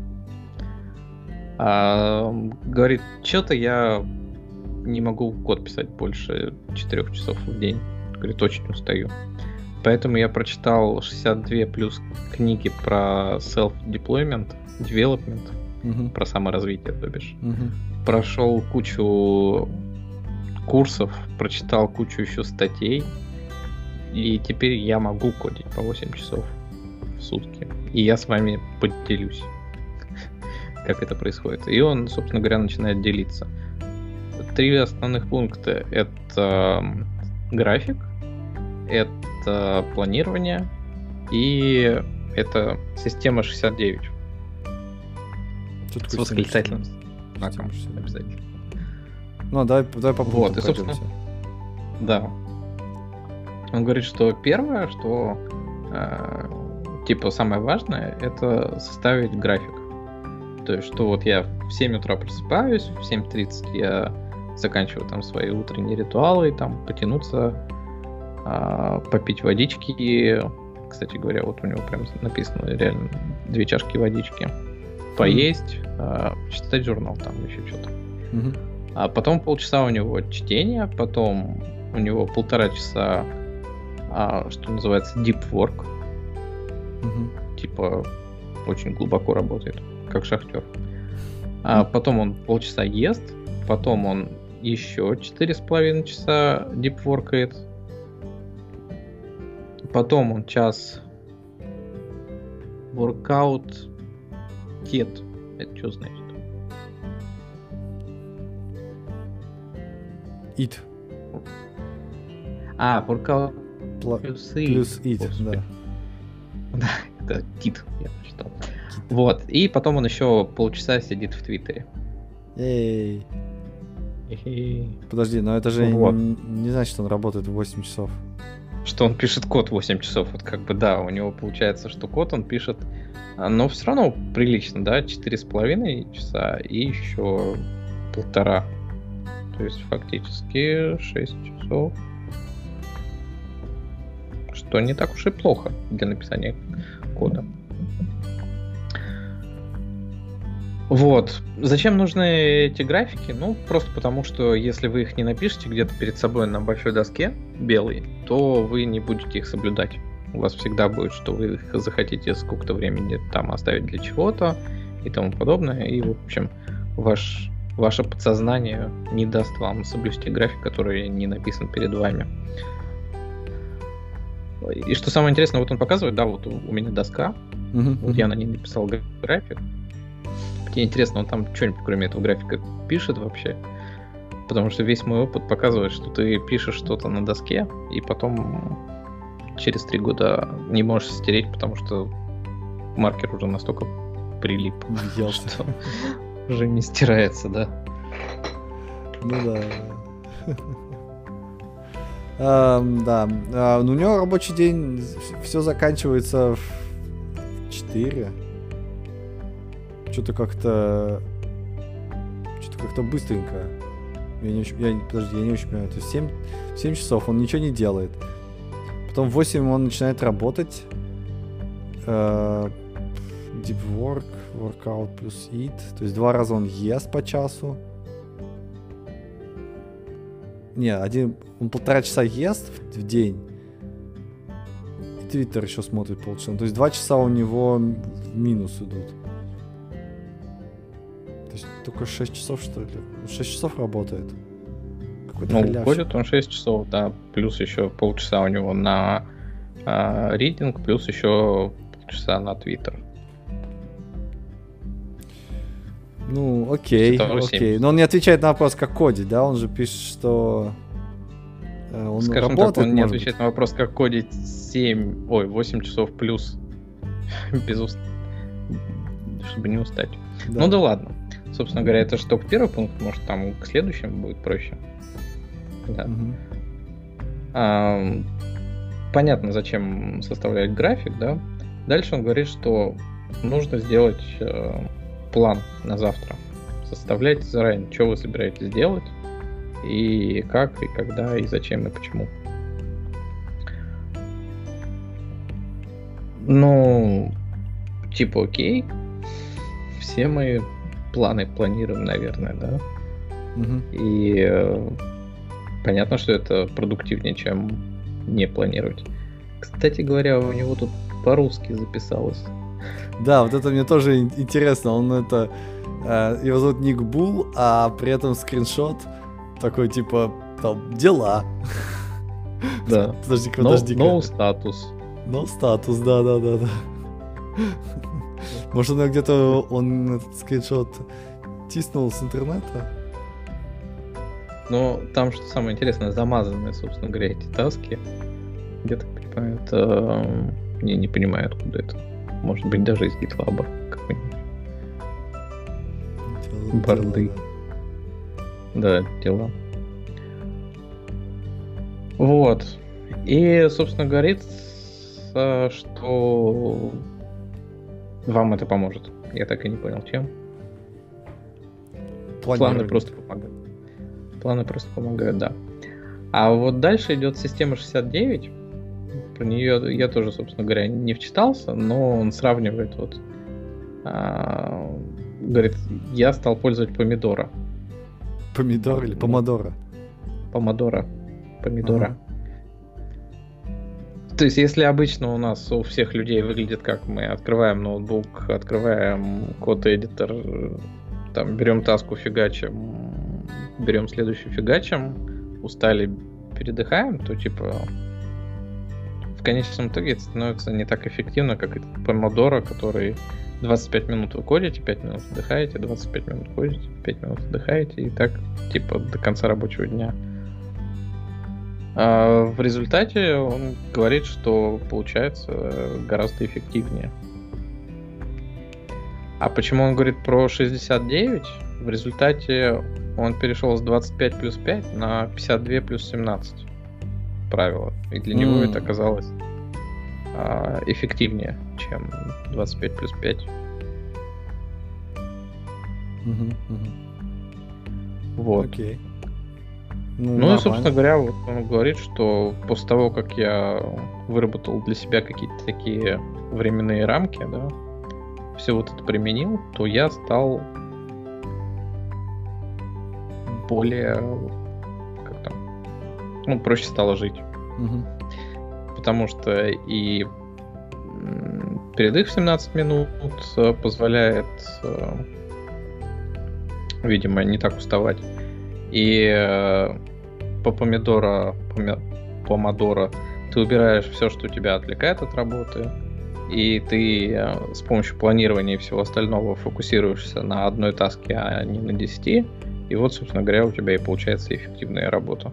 а, говорит, что-то я не могу код писать больше четырех часов в день. Говорит, очень устаю. Поэтому я прочитал шестьдесят две плюс книги про self-deployment, development,
Угу.
про саморазвитие, то бишь.
Угу.
Прошел кучу курсов, прочитал кучу еще статей, и теперь я могу кодить по восемь часов в сутки. И я с вами поделюсь, как это происходит. И он, собственно говоря, начинает делиться. Три основных пункта. Это график, это планирование и это система шестьдесят девять.
Тут
С восклицательным знаком обязательно.
Ну, давай, давай по
Вот,
пунктам
и, собственно,
пройдемся.
Да. Он говорит, что первое, что э, типа самое важное, это составить график. То есть, что вот я в семь утра просыпаюсь, в семь тридцать я заканчиваю там свои утренние ритуалы, там потянуться, э, попить водички. Кстати говоря, вот у него прям написано реально две чашки водички. Поесть, э, читать журнал, там еще что-то.
Угу.
А потом полчаса у него чтение, потом у него полтора часа, а, что называется, deep work.
Угу.
Типа очень глубоко работает, как шахтер. А потом он полчаса ест, потом он еще четыре с половиной часа deep workает. Потом он час workout кет. Это что значит?
Eat.
А, workout
Пла-
плюс eat.
Плюс eat,
Господи.
да.
Да, это кит, я прочитал. Вот, и потом он еще полчаса сидит в Твиттере.
Эй.
Хе-хе.
Подожди, но это же
Вот.
не, не значит, что он работает в восемь часов.
Что он пишет код восемь часов, вот как бы да, у него получается, что код он пишет, а, но все равно прилично, да, четыре с половиной часа и еще полтора. То есть фактически шесть часов. Что не так уж и плохо для написания кода. Вот. Зачем нужны эти графики? Ну, просто потому, что если вы их не напишете где-то перед собой на большой доске белой, то вы не будете их соблюдать. У вас всегда будет, что вы их захотите сколько-то времени там оставить для чего-то и тому подобное. И, в общем, ваш, ваше подсознание не даст вам соблюсти график, который не написан перед вами. И что самое интересное, вот он показывает, да, вот у, у меня доска,
Мгм,
вот
мгм.
я на ней написал га- график. Мне интересно, он там что-нибудь кроме этого графика пишет вообще? Потому что весь мой опыт показывает, что ты пишешь что-то на доске, и потом через три года не можешь стереть, потому что маркер уже настолько прилип,
Въелся.
что уже не стирается, да.
Ну да. Ам, Да. А, ну, у него рабочий день, все заканчивается в четыре. Что-то как-то... Что-то как-то быстренько. Я не очень... я не- Подожди, я не очень понимаю. То есть семь, семь часов он ничего не делает. Потом в восемь он начинает работать. Э, Deep work, workout плюс eat. То есть два раза он ест по часу. Не, один, он полтора часа ест в, в день. И Твиттер еще смотрит полчаса. То есть два часа у него в минус идут. То есть только шесть часов, что ли? шесть часов работает. Какой-то
Ну,
халявщик.
уходит он шесть часов, да, плюс еще полчаса у него на а, ридинг, плюс еще полчаса на твиттер.
Ну, окей,
Итого
окей.
семь.
Но он не отвечает на вопрос, как кодить, да? Он же пишет, что э, он
Скажем
работает,
так, он не
может
отвечает на вопрос, как кодить семь, ой, восемь часов плюс, без уст... чтобы не устать.
быть.
Ну да ладно. Собственно говоря, это же только первый пункт, может там к следующему будет проще. Да.
Мгм.
А, понятно, зачем составлять график, да. Дальше он говорит, что нужно сделать э, план на завтра. Составляйте заранее, что вы собираетесь делать, и как, и когда, и зачем, и почему. Ну, типа, окей. Все мы планы планируем, наверное, да.
Мгм.
И э, понятно, что это продуктивнее, чем не планировать. Кстати говоря, у него тут по-русски записалось.
Да, вот это мне тоже ин- интересно. Он это... э, его зовут Ник Бул, а при этом скриншот такой, типа, там, дела.
Да.
Подожди-ка,
No,
подожди-ка.
no статус.
Ну, статус, да-да-да-да. Может, он где-то, он этот скриншот тиснул с интернета?
Но там, что самое интересное, замазанные, собственно говоря, эти таски. Я так понимаю, это... Я не понимаю, откуда это. Может быть, даже из GitLab какой-нибудь.
Дела-
Барды.
дела, да.
Да, дела. Вот. И, собственно, говорит, э, что вам это поможет. Я так и не понял, чем. Планы
Планирование.
просто помогают. Планы просто помогают, да. А вот дальше идет система шестьдесят девять. Про нее я тоже, собственно говоря, не вчитался, но он сравнивает вот. а, говорит, я стал пользовать помидора.
Помидор или помодоро?
Помодора. Помидора. То есть, если обычно у нас у всех людей выглядит как мы открываем ноутбук, открываем код-эдитор, там берем таску, фигачим, берем следующую, фигачим, устали, передыхаем, то типа в конечном итоге это становится не так эффективно, как этот помодоро, который двадцать пять минут вы кодите, пять минут отдыхаете, двадцать пять минут кодите, пять минут отдыхаете, и так типа до конца рабочего дня. А в результате он говорит, что получается гораздо эффективнее. А почему он говорит про шестьдесят девять? В результате он перешел с двадцать пять плюс пять на пятьдесят два плюс семнадцать правила. И для него
Mm.
это оказалось а, эффективнее, чем двадцать пять плюс пять.
Мгм, мгм.
Вот.
Окей.
Ну
нормально.
и, собственно говоря, вот он говорит, что после того, как я выработал для себя какие-то такие временные рамки, да, все вот это применил, то я стал более, как там, ну, проще стало жить.
Мгм.
Потому что и м, передых в семнадцать минут э, позволяет, э, видимо, не так уставать. И э, по помидора, поми- помодоро ты убираешь все, что тебя отвлекает от работы, и ты с помощью планирования и всего остального фокусируешься на одной таске, а не на десяти, и вот, собственно говоря, у тебя и получается эффективная работа.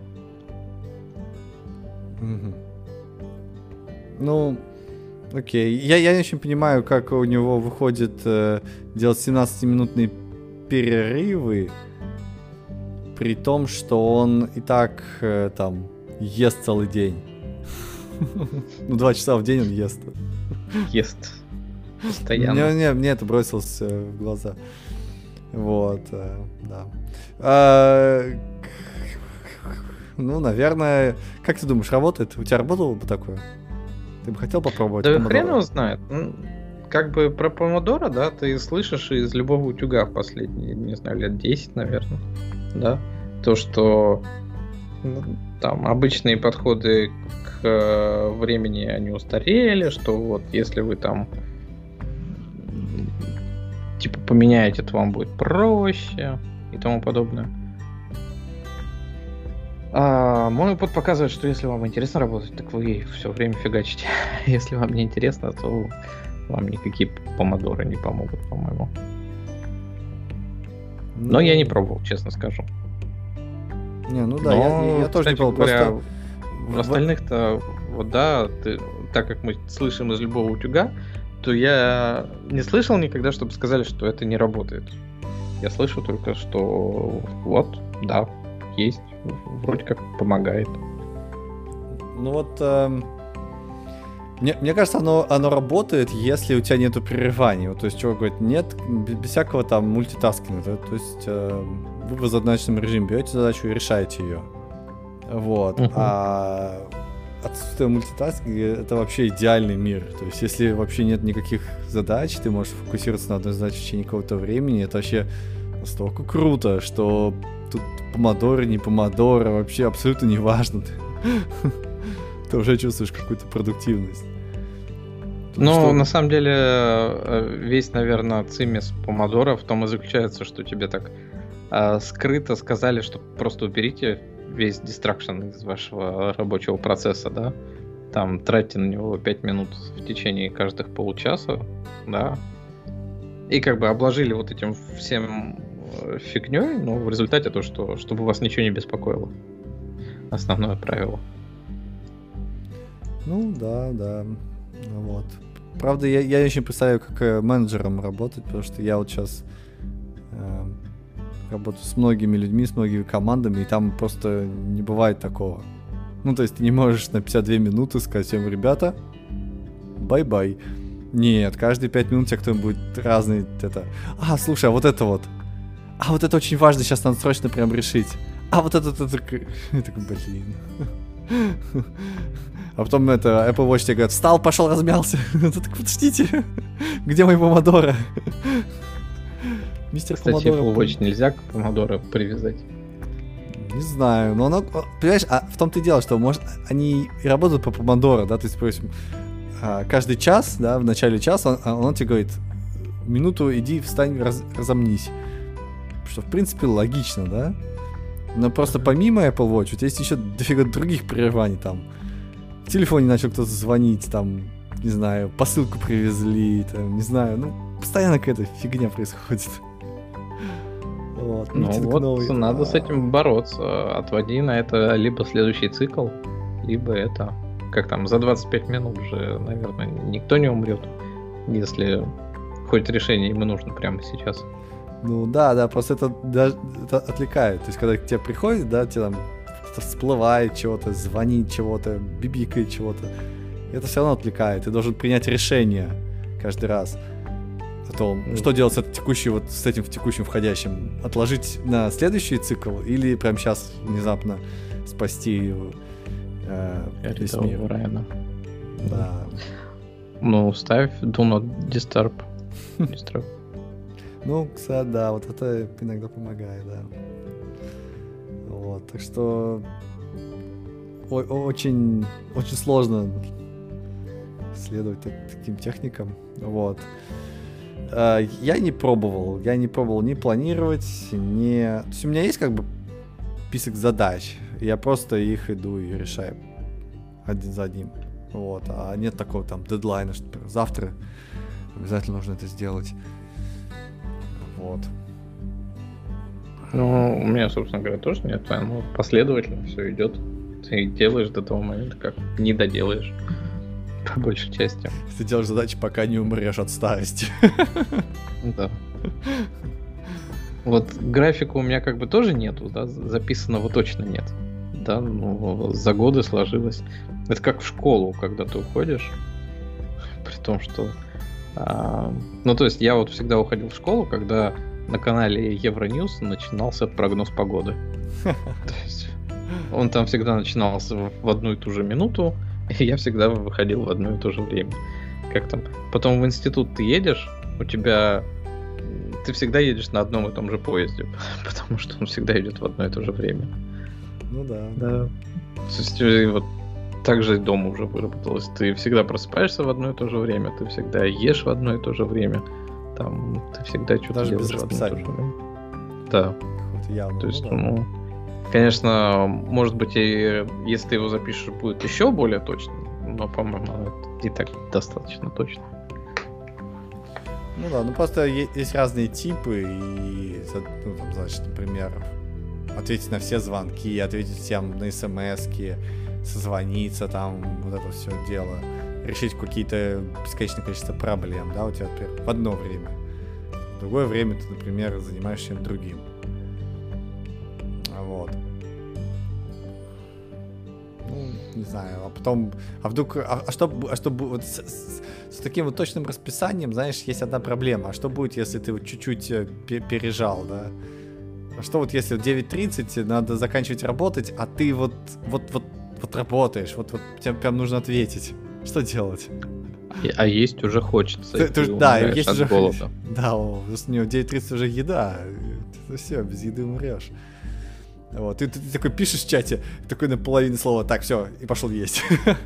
Угу. Ну, окей. Я, я не очень понимаю, как у него выходит э, делать семнадцатиминутные перерывы, при том, что он и так э, там ест целый день. Ну, два часа в день он ест.
Ест. Постоянно.
Не, не, мне это бросилось в глаза. Вот, да. А, ну, наверное... Как ты думаешь, работает? У тебя работало бы такое? Ты бы хотел попробовать?
Да хрен его знает. Как бы про помодоро, да, ты слышишь из любого утюга в последние, не знаю, лет десять, наверное. Да? То, что ну, там обычные подходы к э, времени, они устарели, что вот если вы там типа поменяете, то вам будет проще и тому подобное. А мой опыт показывает, что если вам интересно работать, так вы все время фигачите. Если вам не интересно, то вам никакие помодоры не помогут, по-моему. Но ну, я не пробовал, честно скажу.
Не, ну да, Но, я, я, я тоже не пробовал.
Говоря, просто... В остальных-то, вот да, ты, так как мы слышим из любого утюга, то я не слышал никогда, чтобы сказали, что это не работает. Я слышу только, что вот, да, есть, вроде как помогает.
Ну вот, э, мне, мне кажется, оно, оно работает, если у тебя нету прерываний. Вот, то есть, чего говорит, нет, без, без всякого там мультитаскинга. Да? То есть, э, вы в задачном режиме берете задачу и решаете ее. Вот. Uh-huh. А отсутствие мультитаскинга — это вообще идеальный мир. То есть, если вообще нет никаких задач, ты можешь фокусироваться на одной задаче в течение какого-то времени. Это вообще настолько круто, что тут помодоро, не помодоро, вообще абсолютно не важно. Ты уже чувствуешь какую-то продуктивность.
Ну, что... на самом деле, весь, наверное, цимис помодоро в том и заключается, что тебе так э, скрыто сказали, что просто уберите весь дистракшн из вашего рабочего процесса, да, там тратьте на него пять минут в течение каждых получаса, да, и как бы обложили вот этим всем фигней, но в результате то, что чтобы вас ничего не беспокоило. Основное правило.
Ну да, да, вот. Правда, я, я еще представляю, как э, менеджером работать, потому что я вот сейчас э, работаю с многими людьми, с многими командами, и там просто не бывает такого. Ну, то есть ты не можешь на пятьдесят две минуты сказать всем: ребята, бай-бай. Нет, каждые пять минут тебе кто-нибудь разный это... А, слушай, а вот это вот. А вот это очень важно, сейчас надо срочно прям решить. А вот это... это, это... Я такой, блин. А потом это Apple Watch тебе говорит: встал, пошел, размялся. Ты так, подождите, где мой помодоро?
Мистер Кстати, Apple Watch нельзя к помодоро привязать?
Не знаю, но оно, понимаешь, а в том-то и дело, что может, они и работают по помодоро, да, то есть, допустим, каждый час, да, в начале часа он, он тебе говорит: минуту иди, встань, раз, разомнись. Что, в принципе, логично, да? Но просто помимо Apple Watch у тебя есть еще дофига других прерываний, там в телефоне начал кто-то звонить, там, не знаю, посылку привезли, там, не знаю, ну, постоянно какая-то фигня происходит. Вот,
ну вот, новый. Надо а... с этим бороться. Отводи на это либо следующий цикл, либо это, как там, за двадцать пять минут уже, наверное, никто не умрет, если хоть решение ему нужно прямо сейчас.
Ну да, да, просто это, да, это отвлекает. То есть, когда к тебе приходит, да, тебе там кто-то всплывает чего-то, звонит чего-то, бибикает чего-то, это все равно отвлекает. Ты должен принять решение каждый раз о том, mm. что делать с, текущей, вот, с этим текущим входящим. Отложить на следующий цикл или прямо сейчас внезапно спасти э, весь мир.
Райана.
Да.
Ну, ставь Do Not Disturb. Disturb.
Ну, кстати, да, вот это иногда помогает, да. Вот, так что о- очень, очень сложно следовать так, таким техникам. Вот. А, я не пробовал, я не пробовал ни планировать, ни... То есть у меня есть как бы список задач, я просто их иду и решаю. один за одним. Вот. А нет такого там дедлайна, что например, завтра обязательно нужно это сделать. Вот.
Ну, у меня, собственно говоря, тоже нет. Ну, последовательно все идет. Ты делаешь до того момента, как не доделаешь. По большей части.
Ты делаешь задачи, пока не умрешь от старости.
Да. Вот графика у меня как бы тоже нету, да, записанного точно нет. Да, ну, за годы сложилось. Это как в школу, когда ты уходишь, при том, что... А, ну, то есть я вот всегда уходил в школу, когда на канале Евроньюз начинался прогноз погоды. То есть он там всегда начинался в одну и ту же минуту, и я всегда выходил в одно и то же время. Как там? Потом в институт ты едешь, у тебя... Ты всегда едешь на одном и том же поезде, потому что он всегда идет в одно и то же время.
Ну да.
Да. То есть вот так же и дома уже выработалось. Ты всегда просыпаешься в одно и то же время, ты всегда ешь в одно и то же время. Там ты всегда что-то
даже
делаешь
без
в одно и то
расписания.
же время. Да.
Явно,
То есть,
ну, да.
ну, конечно, может быть, и если ты его запишешь, будет еще более точно, но, по-моему, это и так достаточно точно.
Ну да, ну просто есть разные типы, и, ну, там, значит, например, ответить на все звонки, ответить всем на смс-ки, созвониться, там, вот это все дело, решить какие-то бесконечное количество проблем, да, у тебя, например, в одно время. В другое время ты, например, занимаешься чем-то другим. Вот. Ну, не знаю, а потом, а вдруг, а, а что, а что вот с, с, с таким вот точным расписанием, знаешь, есть одна проблема. А что будет, если ты вот чуть-чуть пережал, да? А что вот если в девять тридцать надо заканчивать работать, а ты вот, вот, вот, вот работаешь, вот, вот тебе прям нужно ответить. Что делать?
А есть уже хочется.
Ты, ты, да, есть
от
уже
голода.
Да, у него в девять тридцать уже еда. Ты все, без еды умрешь. Вот, ты, ты, ты такой пишешь в чате, такой наполовину слова, так, все, и пошел есть.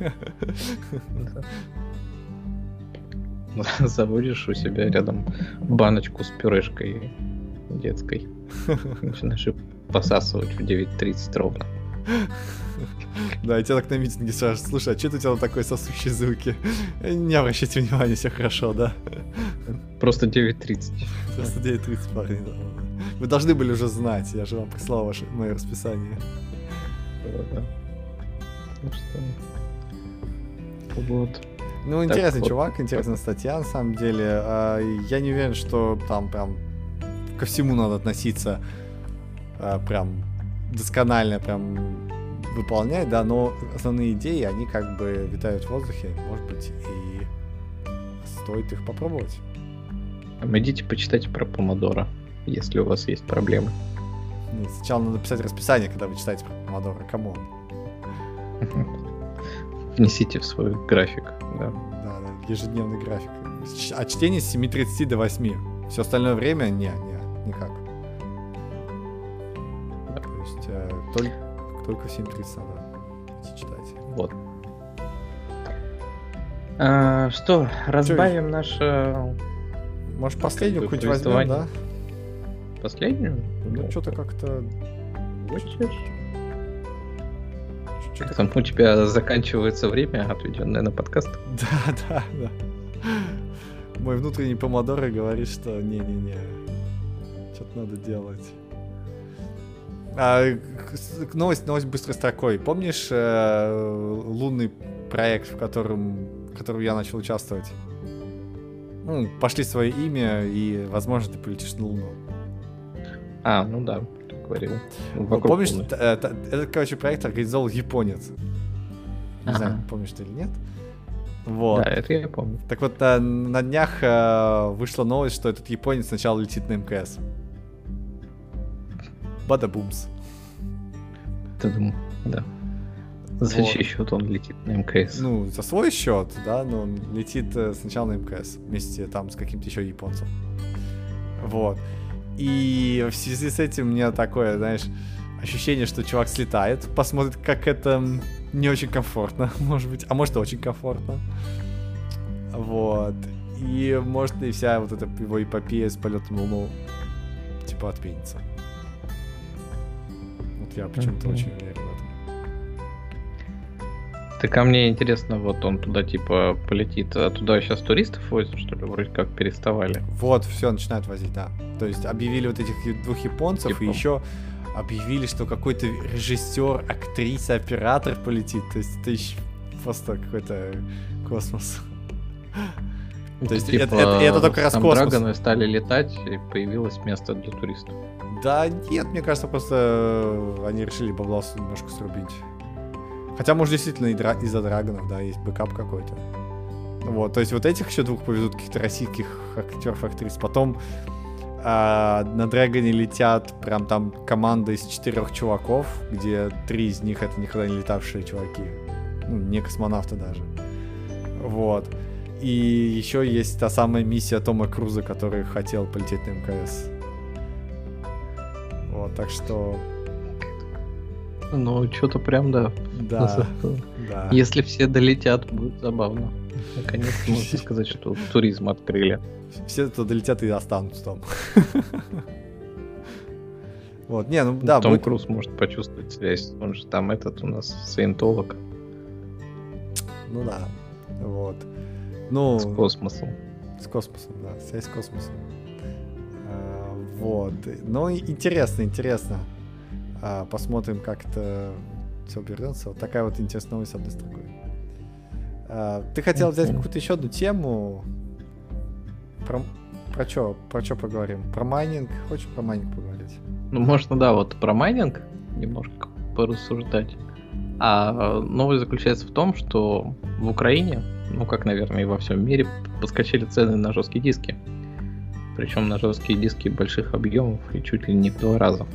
Заводишь у себя рядом баночку с пюрешкой детской. Начинаешь посасывать в девять тридцать ровно.
Да, и тебя так на митинге спрашивают, слушай, а что это у тебя там такой сосущие звуки? Не обращайте внимания, все хорошо, да?
Просто девять тридцать.
Просто девять тридцать, парни, да. Вы должны были уже знать, я же вам прислал ваше, мое расписание.
Да. Ну что... Вот.
Ну, интересный
так,
чувак,
вот.
интересная статья, на самом деле. Я не уверен, что там прям ко всему надо относиться прям досконально, прям выполнять, да, но основные идеи, они как бы витают в воздухе, может быть, и стоит их попробовать.
Идите почитайте про помодоро, если у вас есть проблемы.
Нет, сначала надо писать расписание, когда вы читаете про помодоро, камон.
Внесите в свой график, да.
Да, да, ежедневный график. А чтение с семи тридцати до восьми. Все остальное время не, не, никак. Да. То есть э, только, только в семь тридцать надо идти читать.
Вот. А, что, разбавим наше...
Может, последнюю какую-нибудь возьмем, да?
Последнюю?
Ну,
Ну,
что-то как-то...
Хочешь?
Что-то...
Там у тебя заканчивается время, отведенное на подкаст.
Да, да, да. Мой внутренний помодоро говорит, что не-не-не, что-то надо делать. А, новость, новость быстрой строкой. Помнишь э, лунный проект, в котором, в котором я начал участвовать? Ну, пошли свое имя, и, возможно, ты полетишь на Луну.
А, ну да, ты говорил.
Ну, помнишь, это, это, этот, короче, проект организовал японец. Не
Ага.
знаю, помнишь ты или нет. Вот.
Да, это я помню.
Так вот, на, на днях э, вышла новость, что этот японец сначала летит на эм ка эс. Бада-бумс.
Ты думал, да. За
Вот.
чей счет он летит на эм ка эс?
Ну, за свой счет, да, но он летит э, сначала на эм ка эс вместе там с каким-то еще японцем. Вот. И в связи с этим у меня такое, знаешь, ощущение, что чувак слетает, посмотрит, как это не очень комфортно, может быть, а может, очень комфортно. Вот. И может, и вся вот эта его эпопея с полетом на Луну типа отменится. Вот я почему-то
Мгм.
очень уверен в этом.
Так, а мне интересно, вот он туда типа полетит, а туда сейчас туристов возят, что ли, вроде как переставали?
Вот, все, начинают возить, да. То есть объявили вот этих двух японцев, типа. И еще объявили, что какой-то режиссер, актриса, оператор полетит. То есть это еще просто какой-то космос.
То есть типа, это, это, это только раз космос. Драгоны стали летать, и появилось место для туристов.
Да нет, мне кажется, просто они решили бабласу немножко срубить. Хотя, может, действительно из-за драгонов, да, есть бэкап какой-то. Вот, то есть вот этих еще двух повезут, каких-то российских актеров, актрис. Потом а, на драгоне летят прям там команда из четырех чуваков, где три из них это никогда не летавшие чуваки. Ну, не космонавты даже. Вот. И еще есть та самая миссия Тома Круза, который хотел полететь на эм ка эс. Вот, так что...
Ну, что-то прям, да.
Да, да.
Если все долетят, будет забавно. Наконец-то можно сказать, что туризм открыли.
Все, кто долетят, и останутся там. Вот, не, ну да.
Том будет... Круз может почувствовать связь. Он же там этот у нас саентолог.
Ну да, вот. Ну,
с космосом.
С космосом, да, связь с космосом. А, вот. Ну, интересно, интересно. А, посмотрим, как это все обернется. Вот такая вот интересная новость с одной строкой. А, ты хотел взять какую-то еще одну тему. Про, про что? Про что поговорим? Про майнинг? Хочешь про майнинг поговорить?
Ну, можно, да, вот про майнинг немножко порассуждать. А новость заключается в том, что в Украине, ну, как, наверное, и во всем мире, подскочили цены на жесткие диски. Причем на жесткие диски больших объемов и чуть ли не в два раза.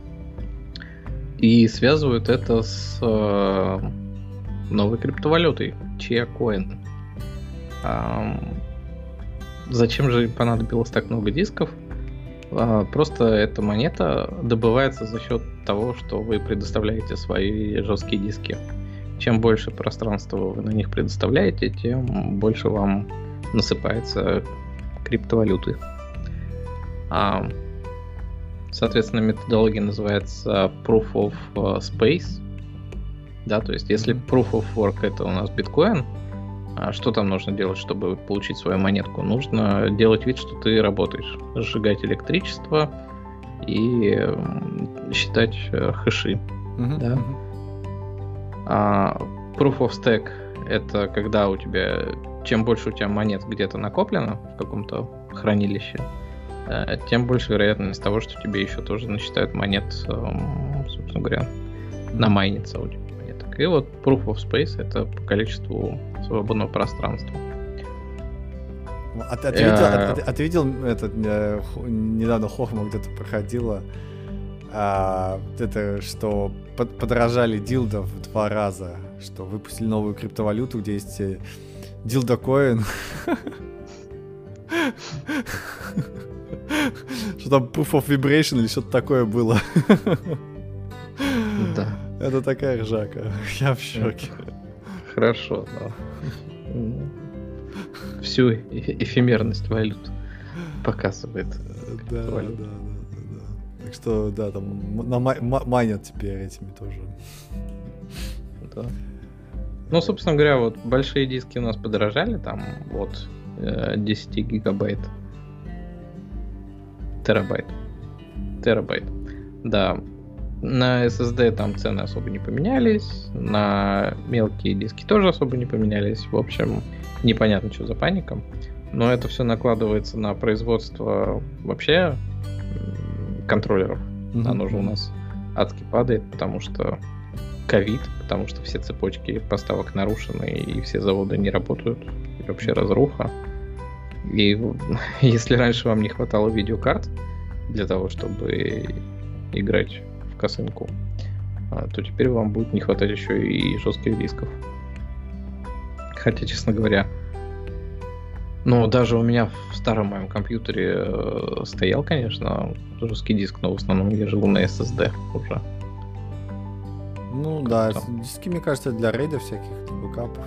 И связывают это с э, новой криптовалютой Chia Coin. А, зачем же понадобилось так много дисков? А, просто эта монета добывается за счет того, что вы предоставляете свои жесткие диски. Чем больше пространства вы на них предоставляете, тем больше вам насыпается криптовалюты. А, соответственно, методология называется Proof of Space. Да, то есть, если Proof of Work это у нас биткоин, а что там нужно делать, чтобы получить свою монетку? Нужно делать вид, что ты работаешь, сжигать электричество и считать хэши. Uh-huh, да? uh-huh. А Proof of Stake это когда у тебя, чем больше у тебя монет где-то накоплено в каком-то хранилище, тем больше вероятность того, что тебе еще тоже насчитают монет, собственно говоря, намайнится у тебя монеток. И вот Proof of Space это по количеству свободного пространства.
А, а, ты, видел, а, а, а ты видел этот, э, недавно Хохма где-то проходила, а, это, что под, подорожали дилдо в два раза, что выпустили новую криптовалюту, где есть дилдокоин. Что там Proof of Vibration или что-то такое было.
Да.
Это такая ржака. Я в шоке.
Хорошо, да. Всю эфемерность валют показывает.
Да, да, да, да, да. Так что, да, там майнят теперь этими тоже.
Да. Ну, собственно говоря, вот большие диски у нас подорожали, там от десять гигабайт. Терабайт. Терабайт. Да. На эс эс ди там цены особо не поменялись, на мелкие диски тоже особо не поменялись. В общем, непонятно, что за паника. Но это все накладывается на производство вообще контроллеров. Mm-hmm. Оно же у нас адски падает, потому что ковид, потому что все цепочки поставок нарушены, и все заводы не работают, и вообще разруха. И если раньше вам не хватало видеокарт для того, чтобы играть в косынку, то теперь вам будет не хватать еще и жестких дисков. Хотя, честно говоря, ну, даже у меня в старом моем компьютере стоял, конечно, жесткий диск, но в основном я жил на эс эс ди уже.
Ну как да, там? Диски, мне кажется, для рейдов всяких, для бэкапов.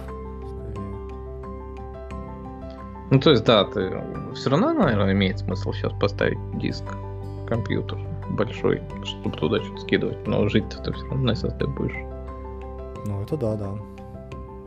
Ну, то есть, да, ты все равно, наверное, имеет смысл сейчас поставить диск, компьютер большой, чтобы туда что-то скидывать. Но жить-то ты все равно на эс эс ди будешь.
Ну, это да, да.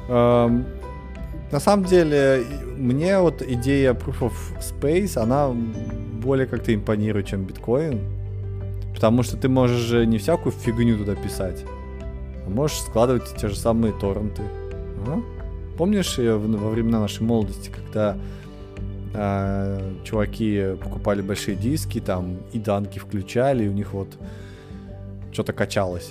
Эм, на самом деле, мне вот идея Proof of Space, она более как-то импонирует, чем биткоин. Потому что ты можешь же не всякую фигню туда писать, а можешь складывать те же самые торренты. А? Помнишь, во времена нашей молодости, когда э, чуваки покупали большие диски, там и данки включали, и у них вот что-то качалось.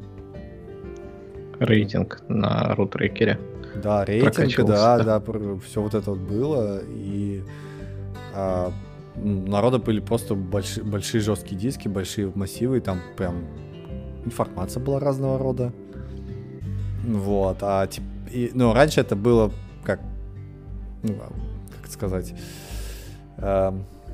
Рейтинг на рутрекере.
Да, рейтинг, да, да, да, все вот это вот было, и а, у народа были просто большие, большие жесткие диски, большие массивы, и там прям информация была разного рода. Вот, а и, ну, раньше это было как, ну, как сказать, э,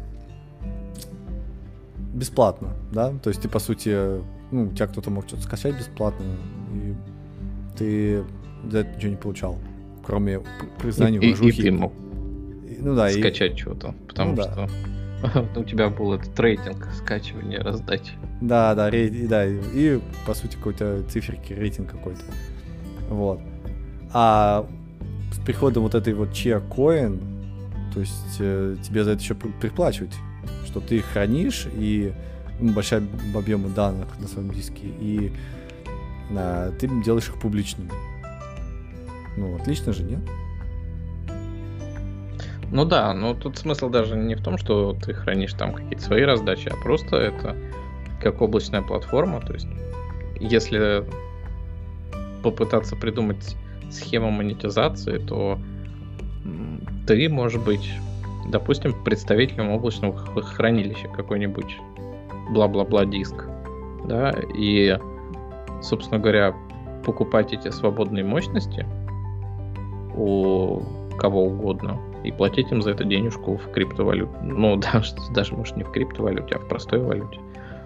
бесплатно, да, то есть ты, по сути, ну, у тебя кто-то мог что-то скачать бесплатно, и ты за это ничего не получал, кроме признания уважухи.
И, и ты мог
ну, да,
скачать
и...
чего-то, потому
ну,
что да. у тебя был этот рейтинг скачивания, раздачи.
Да, да, рей... да, и, и по сути какой-то циферки, рейтинг какой-то. Вот. А с приходом вот этой вот Chia Coin, то есть э, тебе за это еще приплачивать, что ты их хранишь, и ну, большая объема данных на своем диске, и э, ты делаешь их публичными. Ну, отлично же, нет?
Ну да, но тут смысл даже не в том, что ты хранишь там какие-то свои раздачи, а просто это как облачная платформа. То есть, если попытаться придумать схему монетизации, то ты можешь быть, допустим, представителем облачного хранилища какой-нибудь бла-бла-бла диск, да, и, собственно говоря, покупать эти свободные мощности у кого угодно и платить им за это денежку в криптовалюте. Ну, даже, даже может, не в криптовалюте, а в простой валюте.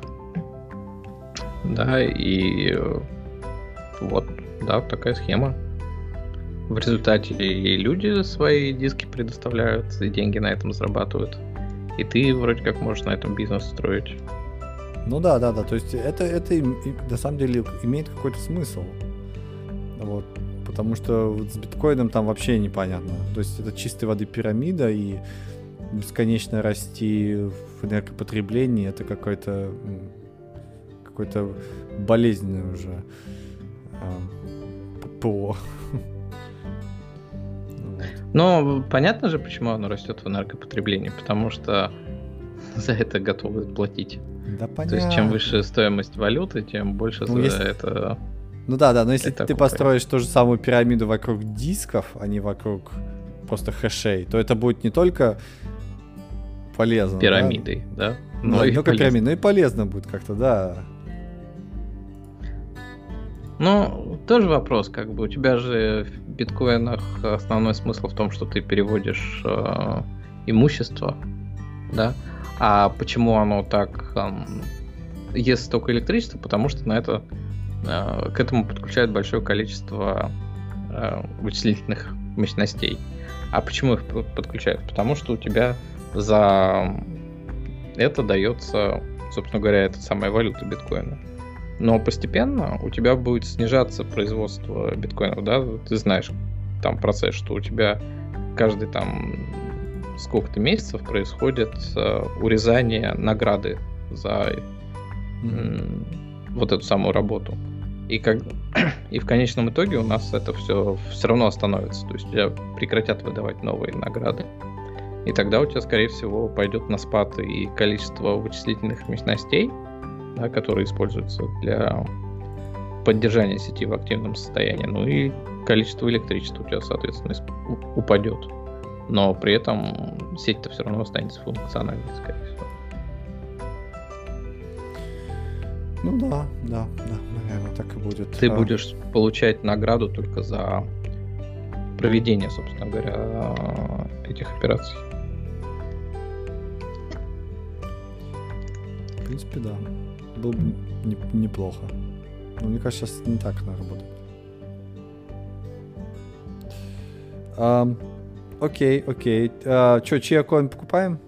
Да, и вот, да, такая схема. В результате и люди свои диски предоставляют, и деньги на этом зарабатывают. И ты вроде как можешь на этом бизнес строить.
Ну да, да, да. То есть это, это на самом деле имеет какой-то смысл. Вот. Потому что вот с биткоином там вообще непонятно. То есть это чистой воды пирамида, и бесконечно расти в энергопотреблении это какой-то какой-то болезненный уже э, ПО.
Ну, понятно же, почему оно растет в энергопотреблении, потому что за это готовы платить.
Да, понятно.
То есть, чем выше стоимость валюты, тем больше ну, за если... это...
Ну да, да, но если
это
ты
окупает.
Построишь ту же самую пирамиду вокруг дисков, а не вокруг просто хэшей, то это будет не только полезно.
Пирамидой, да? да?
Но ну, и не только пирамидой, но и полезно будет как-то, да.
Ну, тоже вопрос, как бы у тебя же в биткоинах основной смысл в том, что ты переводишь э, имущество, да? А почему оно так э, ест столько электричества? Потому что на это э, к этому подключают большое количество э, вычислительных мощностей. А почему их подключают? Потому что у тебя за это дается, собственно говоря, эта самая валюта биткоина. Но постепенно у тебя будет снижаться производство биткоинов, да, ты знаешь там процесс, что у тебя каждый там сколько-то месяцев происходит э, урезание награды за mm-hmm. вот эту самую работу. И, как, и в конечном итоге у нас это все все равно остановится, то есть у тебя прекратят выдавать новые награды. И тогда у тебя, скорее всего, пойдет на спад и количество вычислительных мощностей, да, которые используются для поддержания сети в активном состоянии. Ну и количество электричества у тебя, соответственно, упадет. Но при этом сеть-то все равно останется функциональной, скорее всего.
Ну да, да, да, наверное, так и будет.
Ты а... будешь получать награду только за проведение, собственно говоря, этих операций.
В принципе, да. Было бы не, неплохо. Но мне кажется, сейчас не так она работает. А, окей, окей. А, что, Chia Coin покупаем?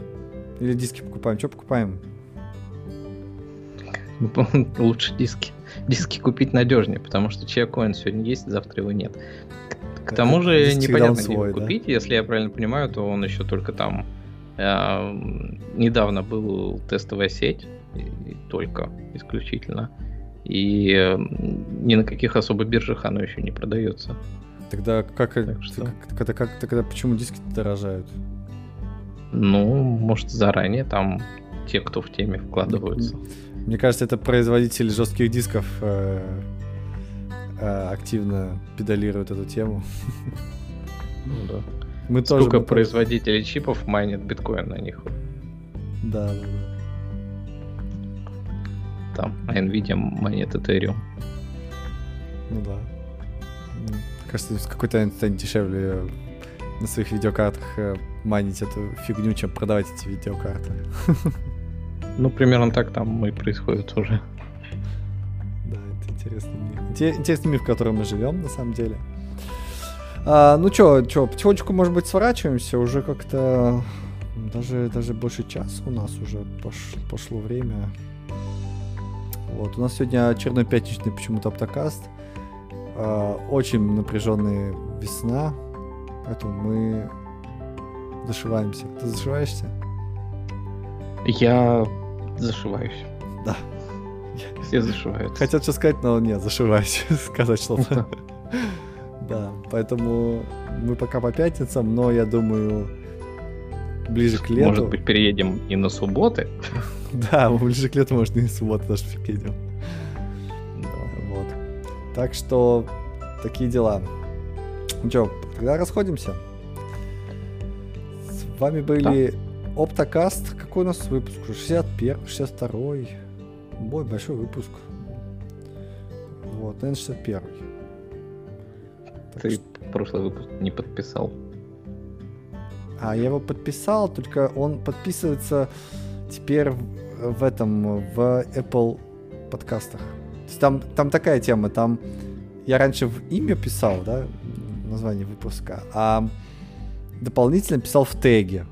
Или диски покупаем? Что покупаем?
Лучше диски. диски купить надежнее, потому что чек-коин сегодня есть, завтра его нет. К, к тому
Это
же
диск всегда он
непонятно, где его
свой, да?
купить. Если я правильно понимаю, то он еще только там э, недавно был тестовая сеть, и, и только исключительно. И э, ни на каких особо биржах оно еще не продается.
Тогда как,
Так что-
как- тогда, как, тогда почему диски дорожают?
Ну, может, заранее там те, кто в теме, вкладываются.
Мне кажется, это производители жестких дисков э, э, активно педалируют эту тему.
Ну да.
Мы тоже.
Сколько
мы тоже-
производителей чипов майнят биткоин на них?
Да, да, да.
Там, а Nvidia майнит Ethereum.
Ну да. М, Кажется, с какой-то станет дешевле на своих видеокартах э, майнить эту фигню, чем продавать эти видеокарты.
Ну, примерно так там и происходит уже.
Да, это интересный мир. Инте- Интересный мир, в котором мы живем, на самом деле. А, ну чё, чё, потихонечку, может быть, сворачиваемся. Уже как-то даже, даже больше часа у нас уже пош- пошло время. Вот, у нас сегодня очередной пятничный почему-то Оптокаст. А, очень напряженная весна, поэтому мы зашиваемся. Ты зашиваешься?
Я зашиваюсь.
Да.
Все зашиваются.
Хотел что сказать, но нет, зашиваюсь. Сказать что-то. Да, поэтому мы пока по пятницам, но я думаю, ближе к лету...
Может быть, переедем и на субботы?
Да, ближе к лету, может, и субботу даже фиг идем. Вот. Так что, такие дела. Ну что, тогда расходимся. С вами были Оптокаст. Какой у нас выпуск? шестьдесят первый, шестьдесят второй. Бой, большой выпуск. Вот, наверное, шестьдесят первый. Так
Ты
что-
прошлый выпуск не подписал.
А, я его подписал, только он подписывается теперь в, в этом, в Apple подкастах. То есть там, там такая тема, там я раньше в имя писал, да, название выпуска, а дополнительно писал в теге.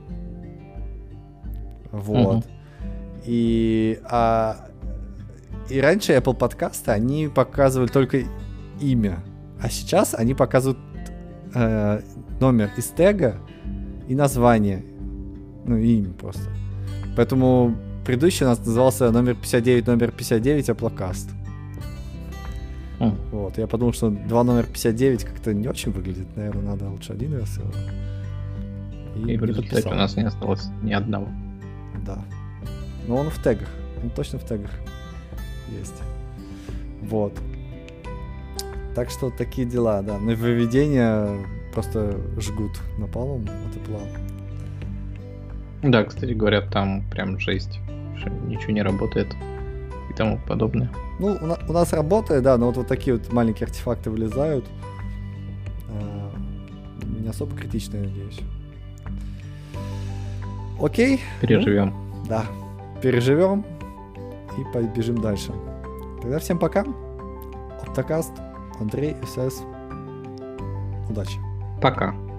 Вот.
Мгм.
И, а, и раньше Apple подкасты, они показывали только имя, а сейчас они показывают э, номер из тега и название, ну, имя просто. Поэтому предыдущий у нас назывался номер пятьдесят девять, номер пятьдесят девять, Аплокаст.
М.
Вот, я подумал, что два номер пятьдесят девять как-то не очень выглядит, наверное, надо лучше один раз его.
И
не
в результате
подписал.
у нас не осталось ни одного.
Да. Но он в тегах, он точно в тегах есть. Вот. Так что такие дела, да. Ну и выведения просто жгут напалом от Apple.
Да, кстати, говорят, там прям жесть, что ничего не работает и тому подобное.
Ну, у, на- у нас работает, да, но вот, вот такие вот маленькие артефакты вылезают. А, не особо критично, я надеюсь. Окей.
Переживем.
Ну, да. Переживем и побежим дальше. Тогда всем пока. Оптокаст, Андрей, СС. Удачи.
Пока.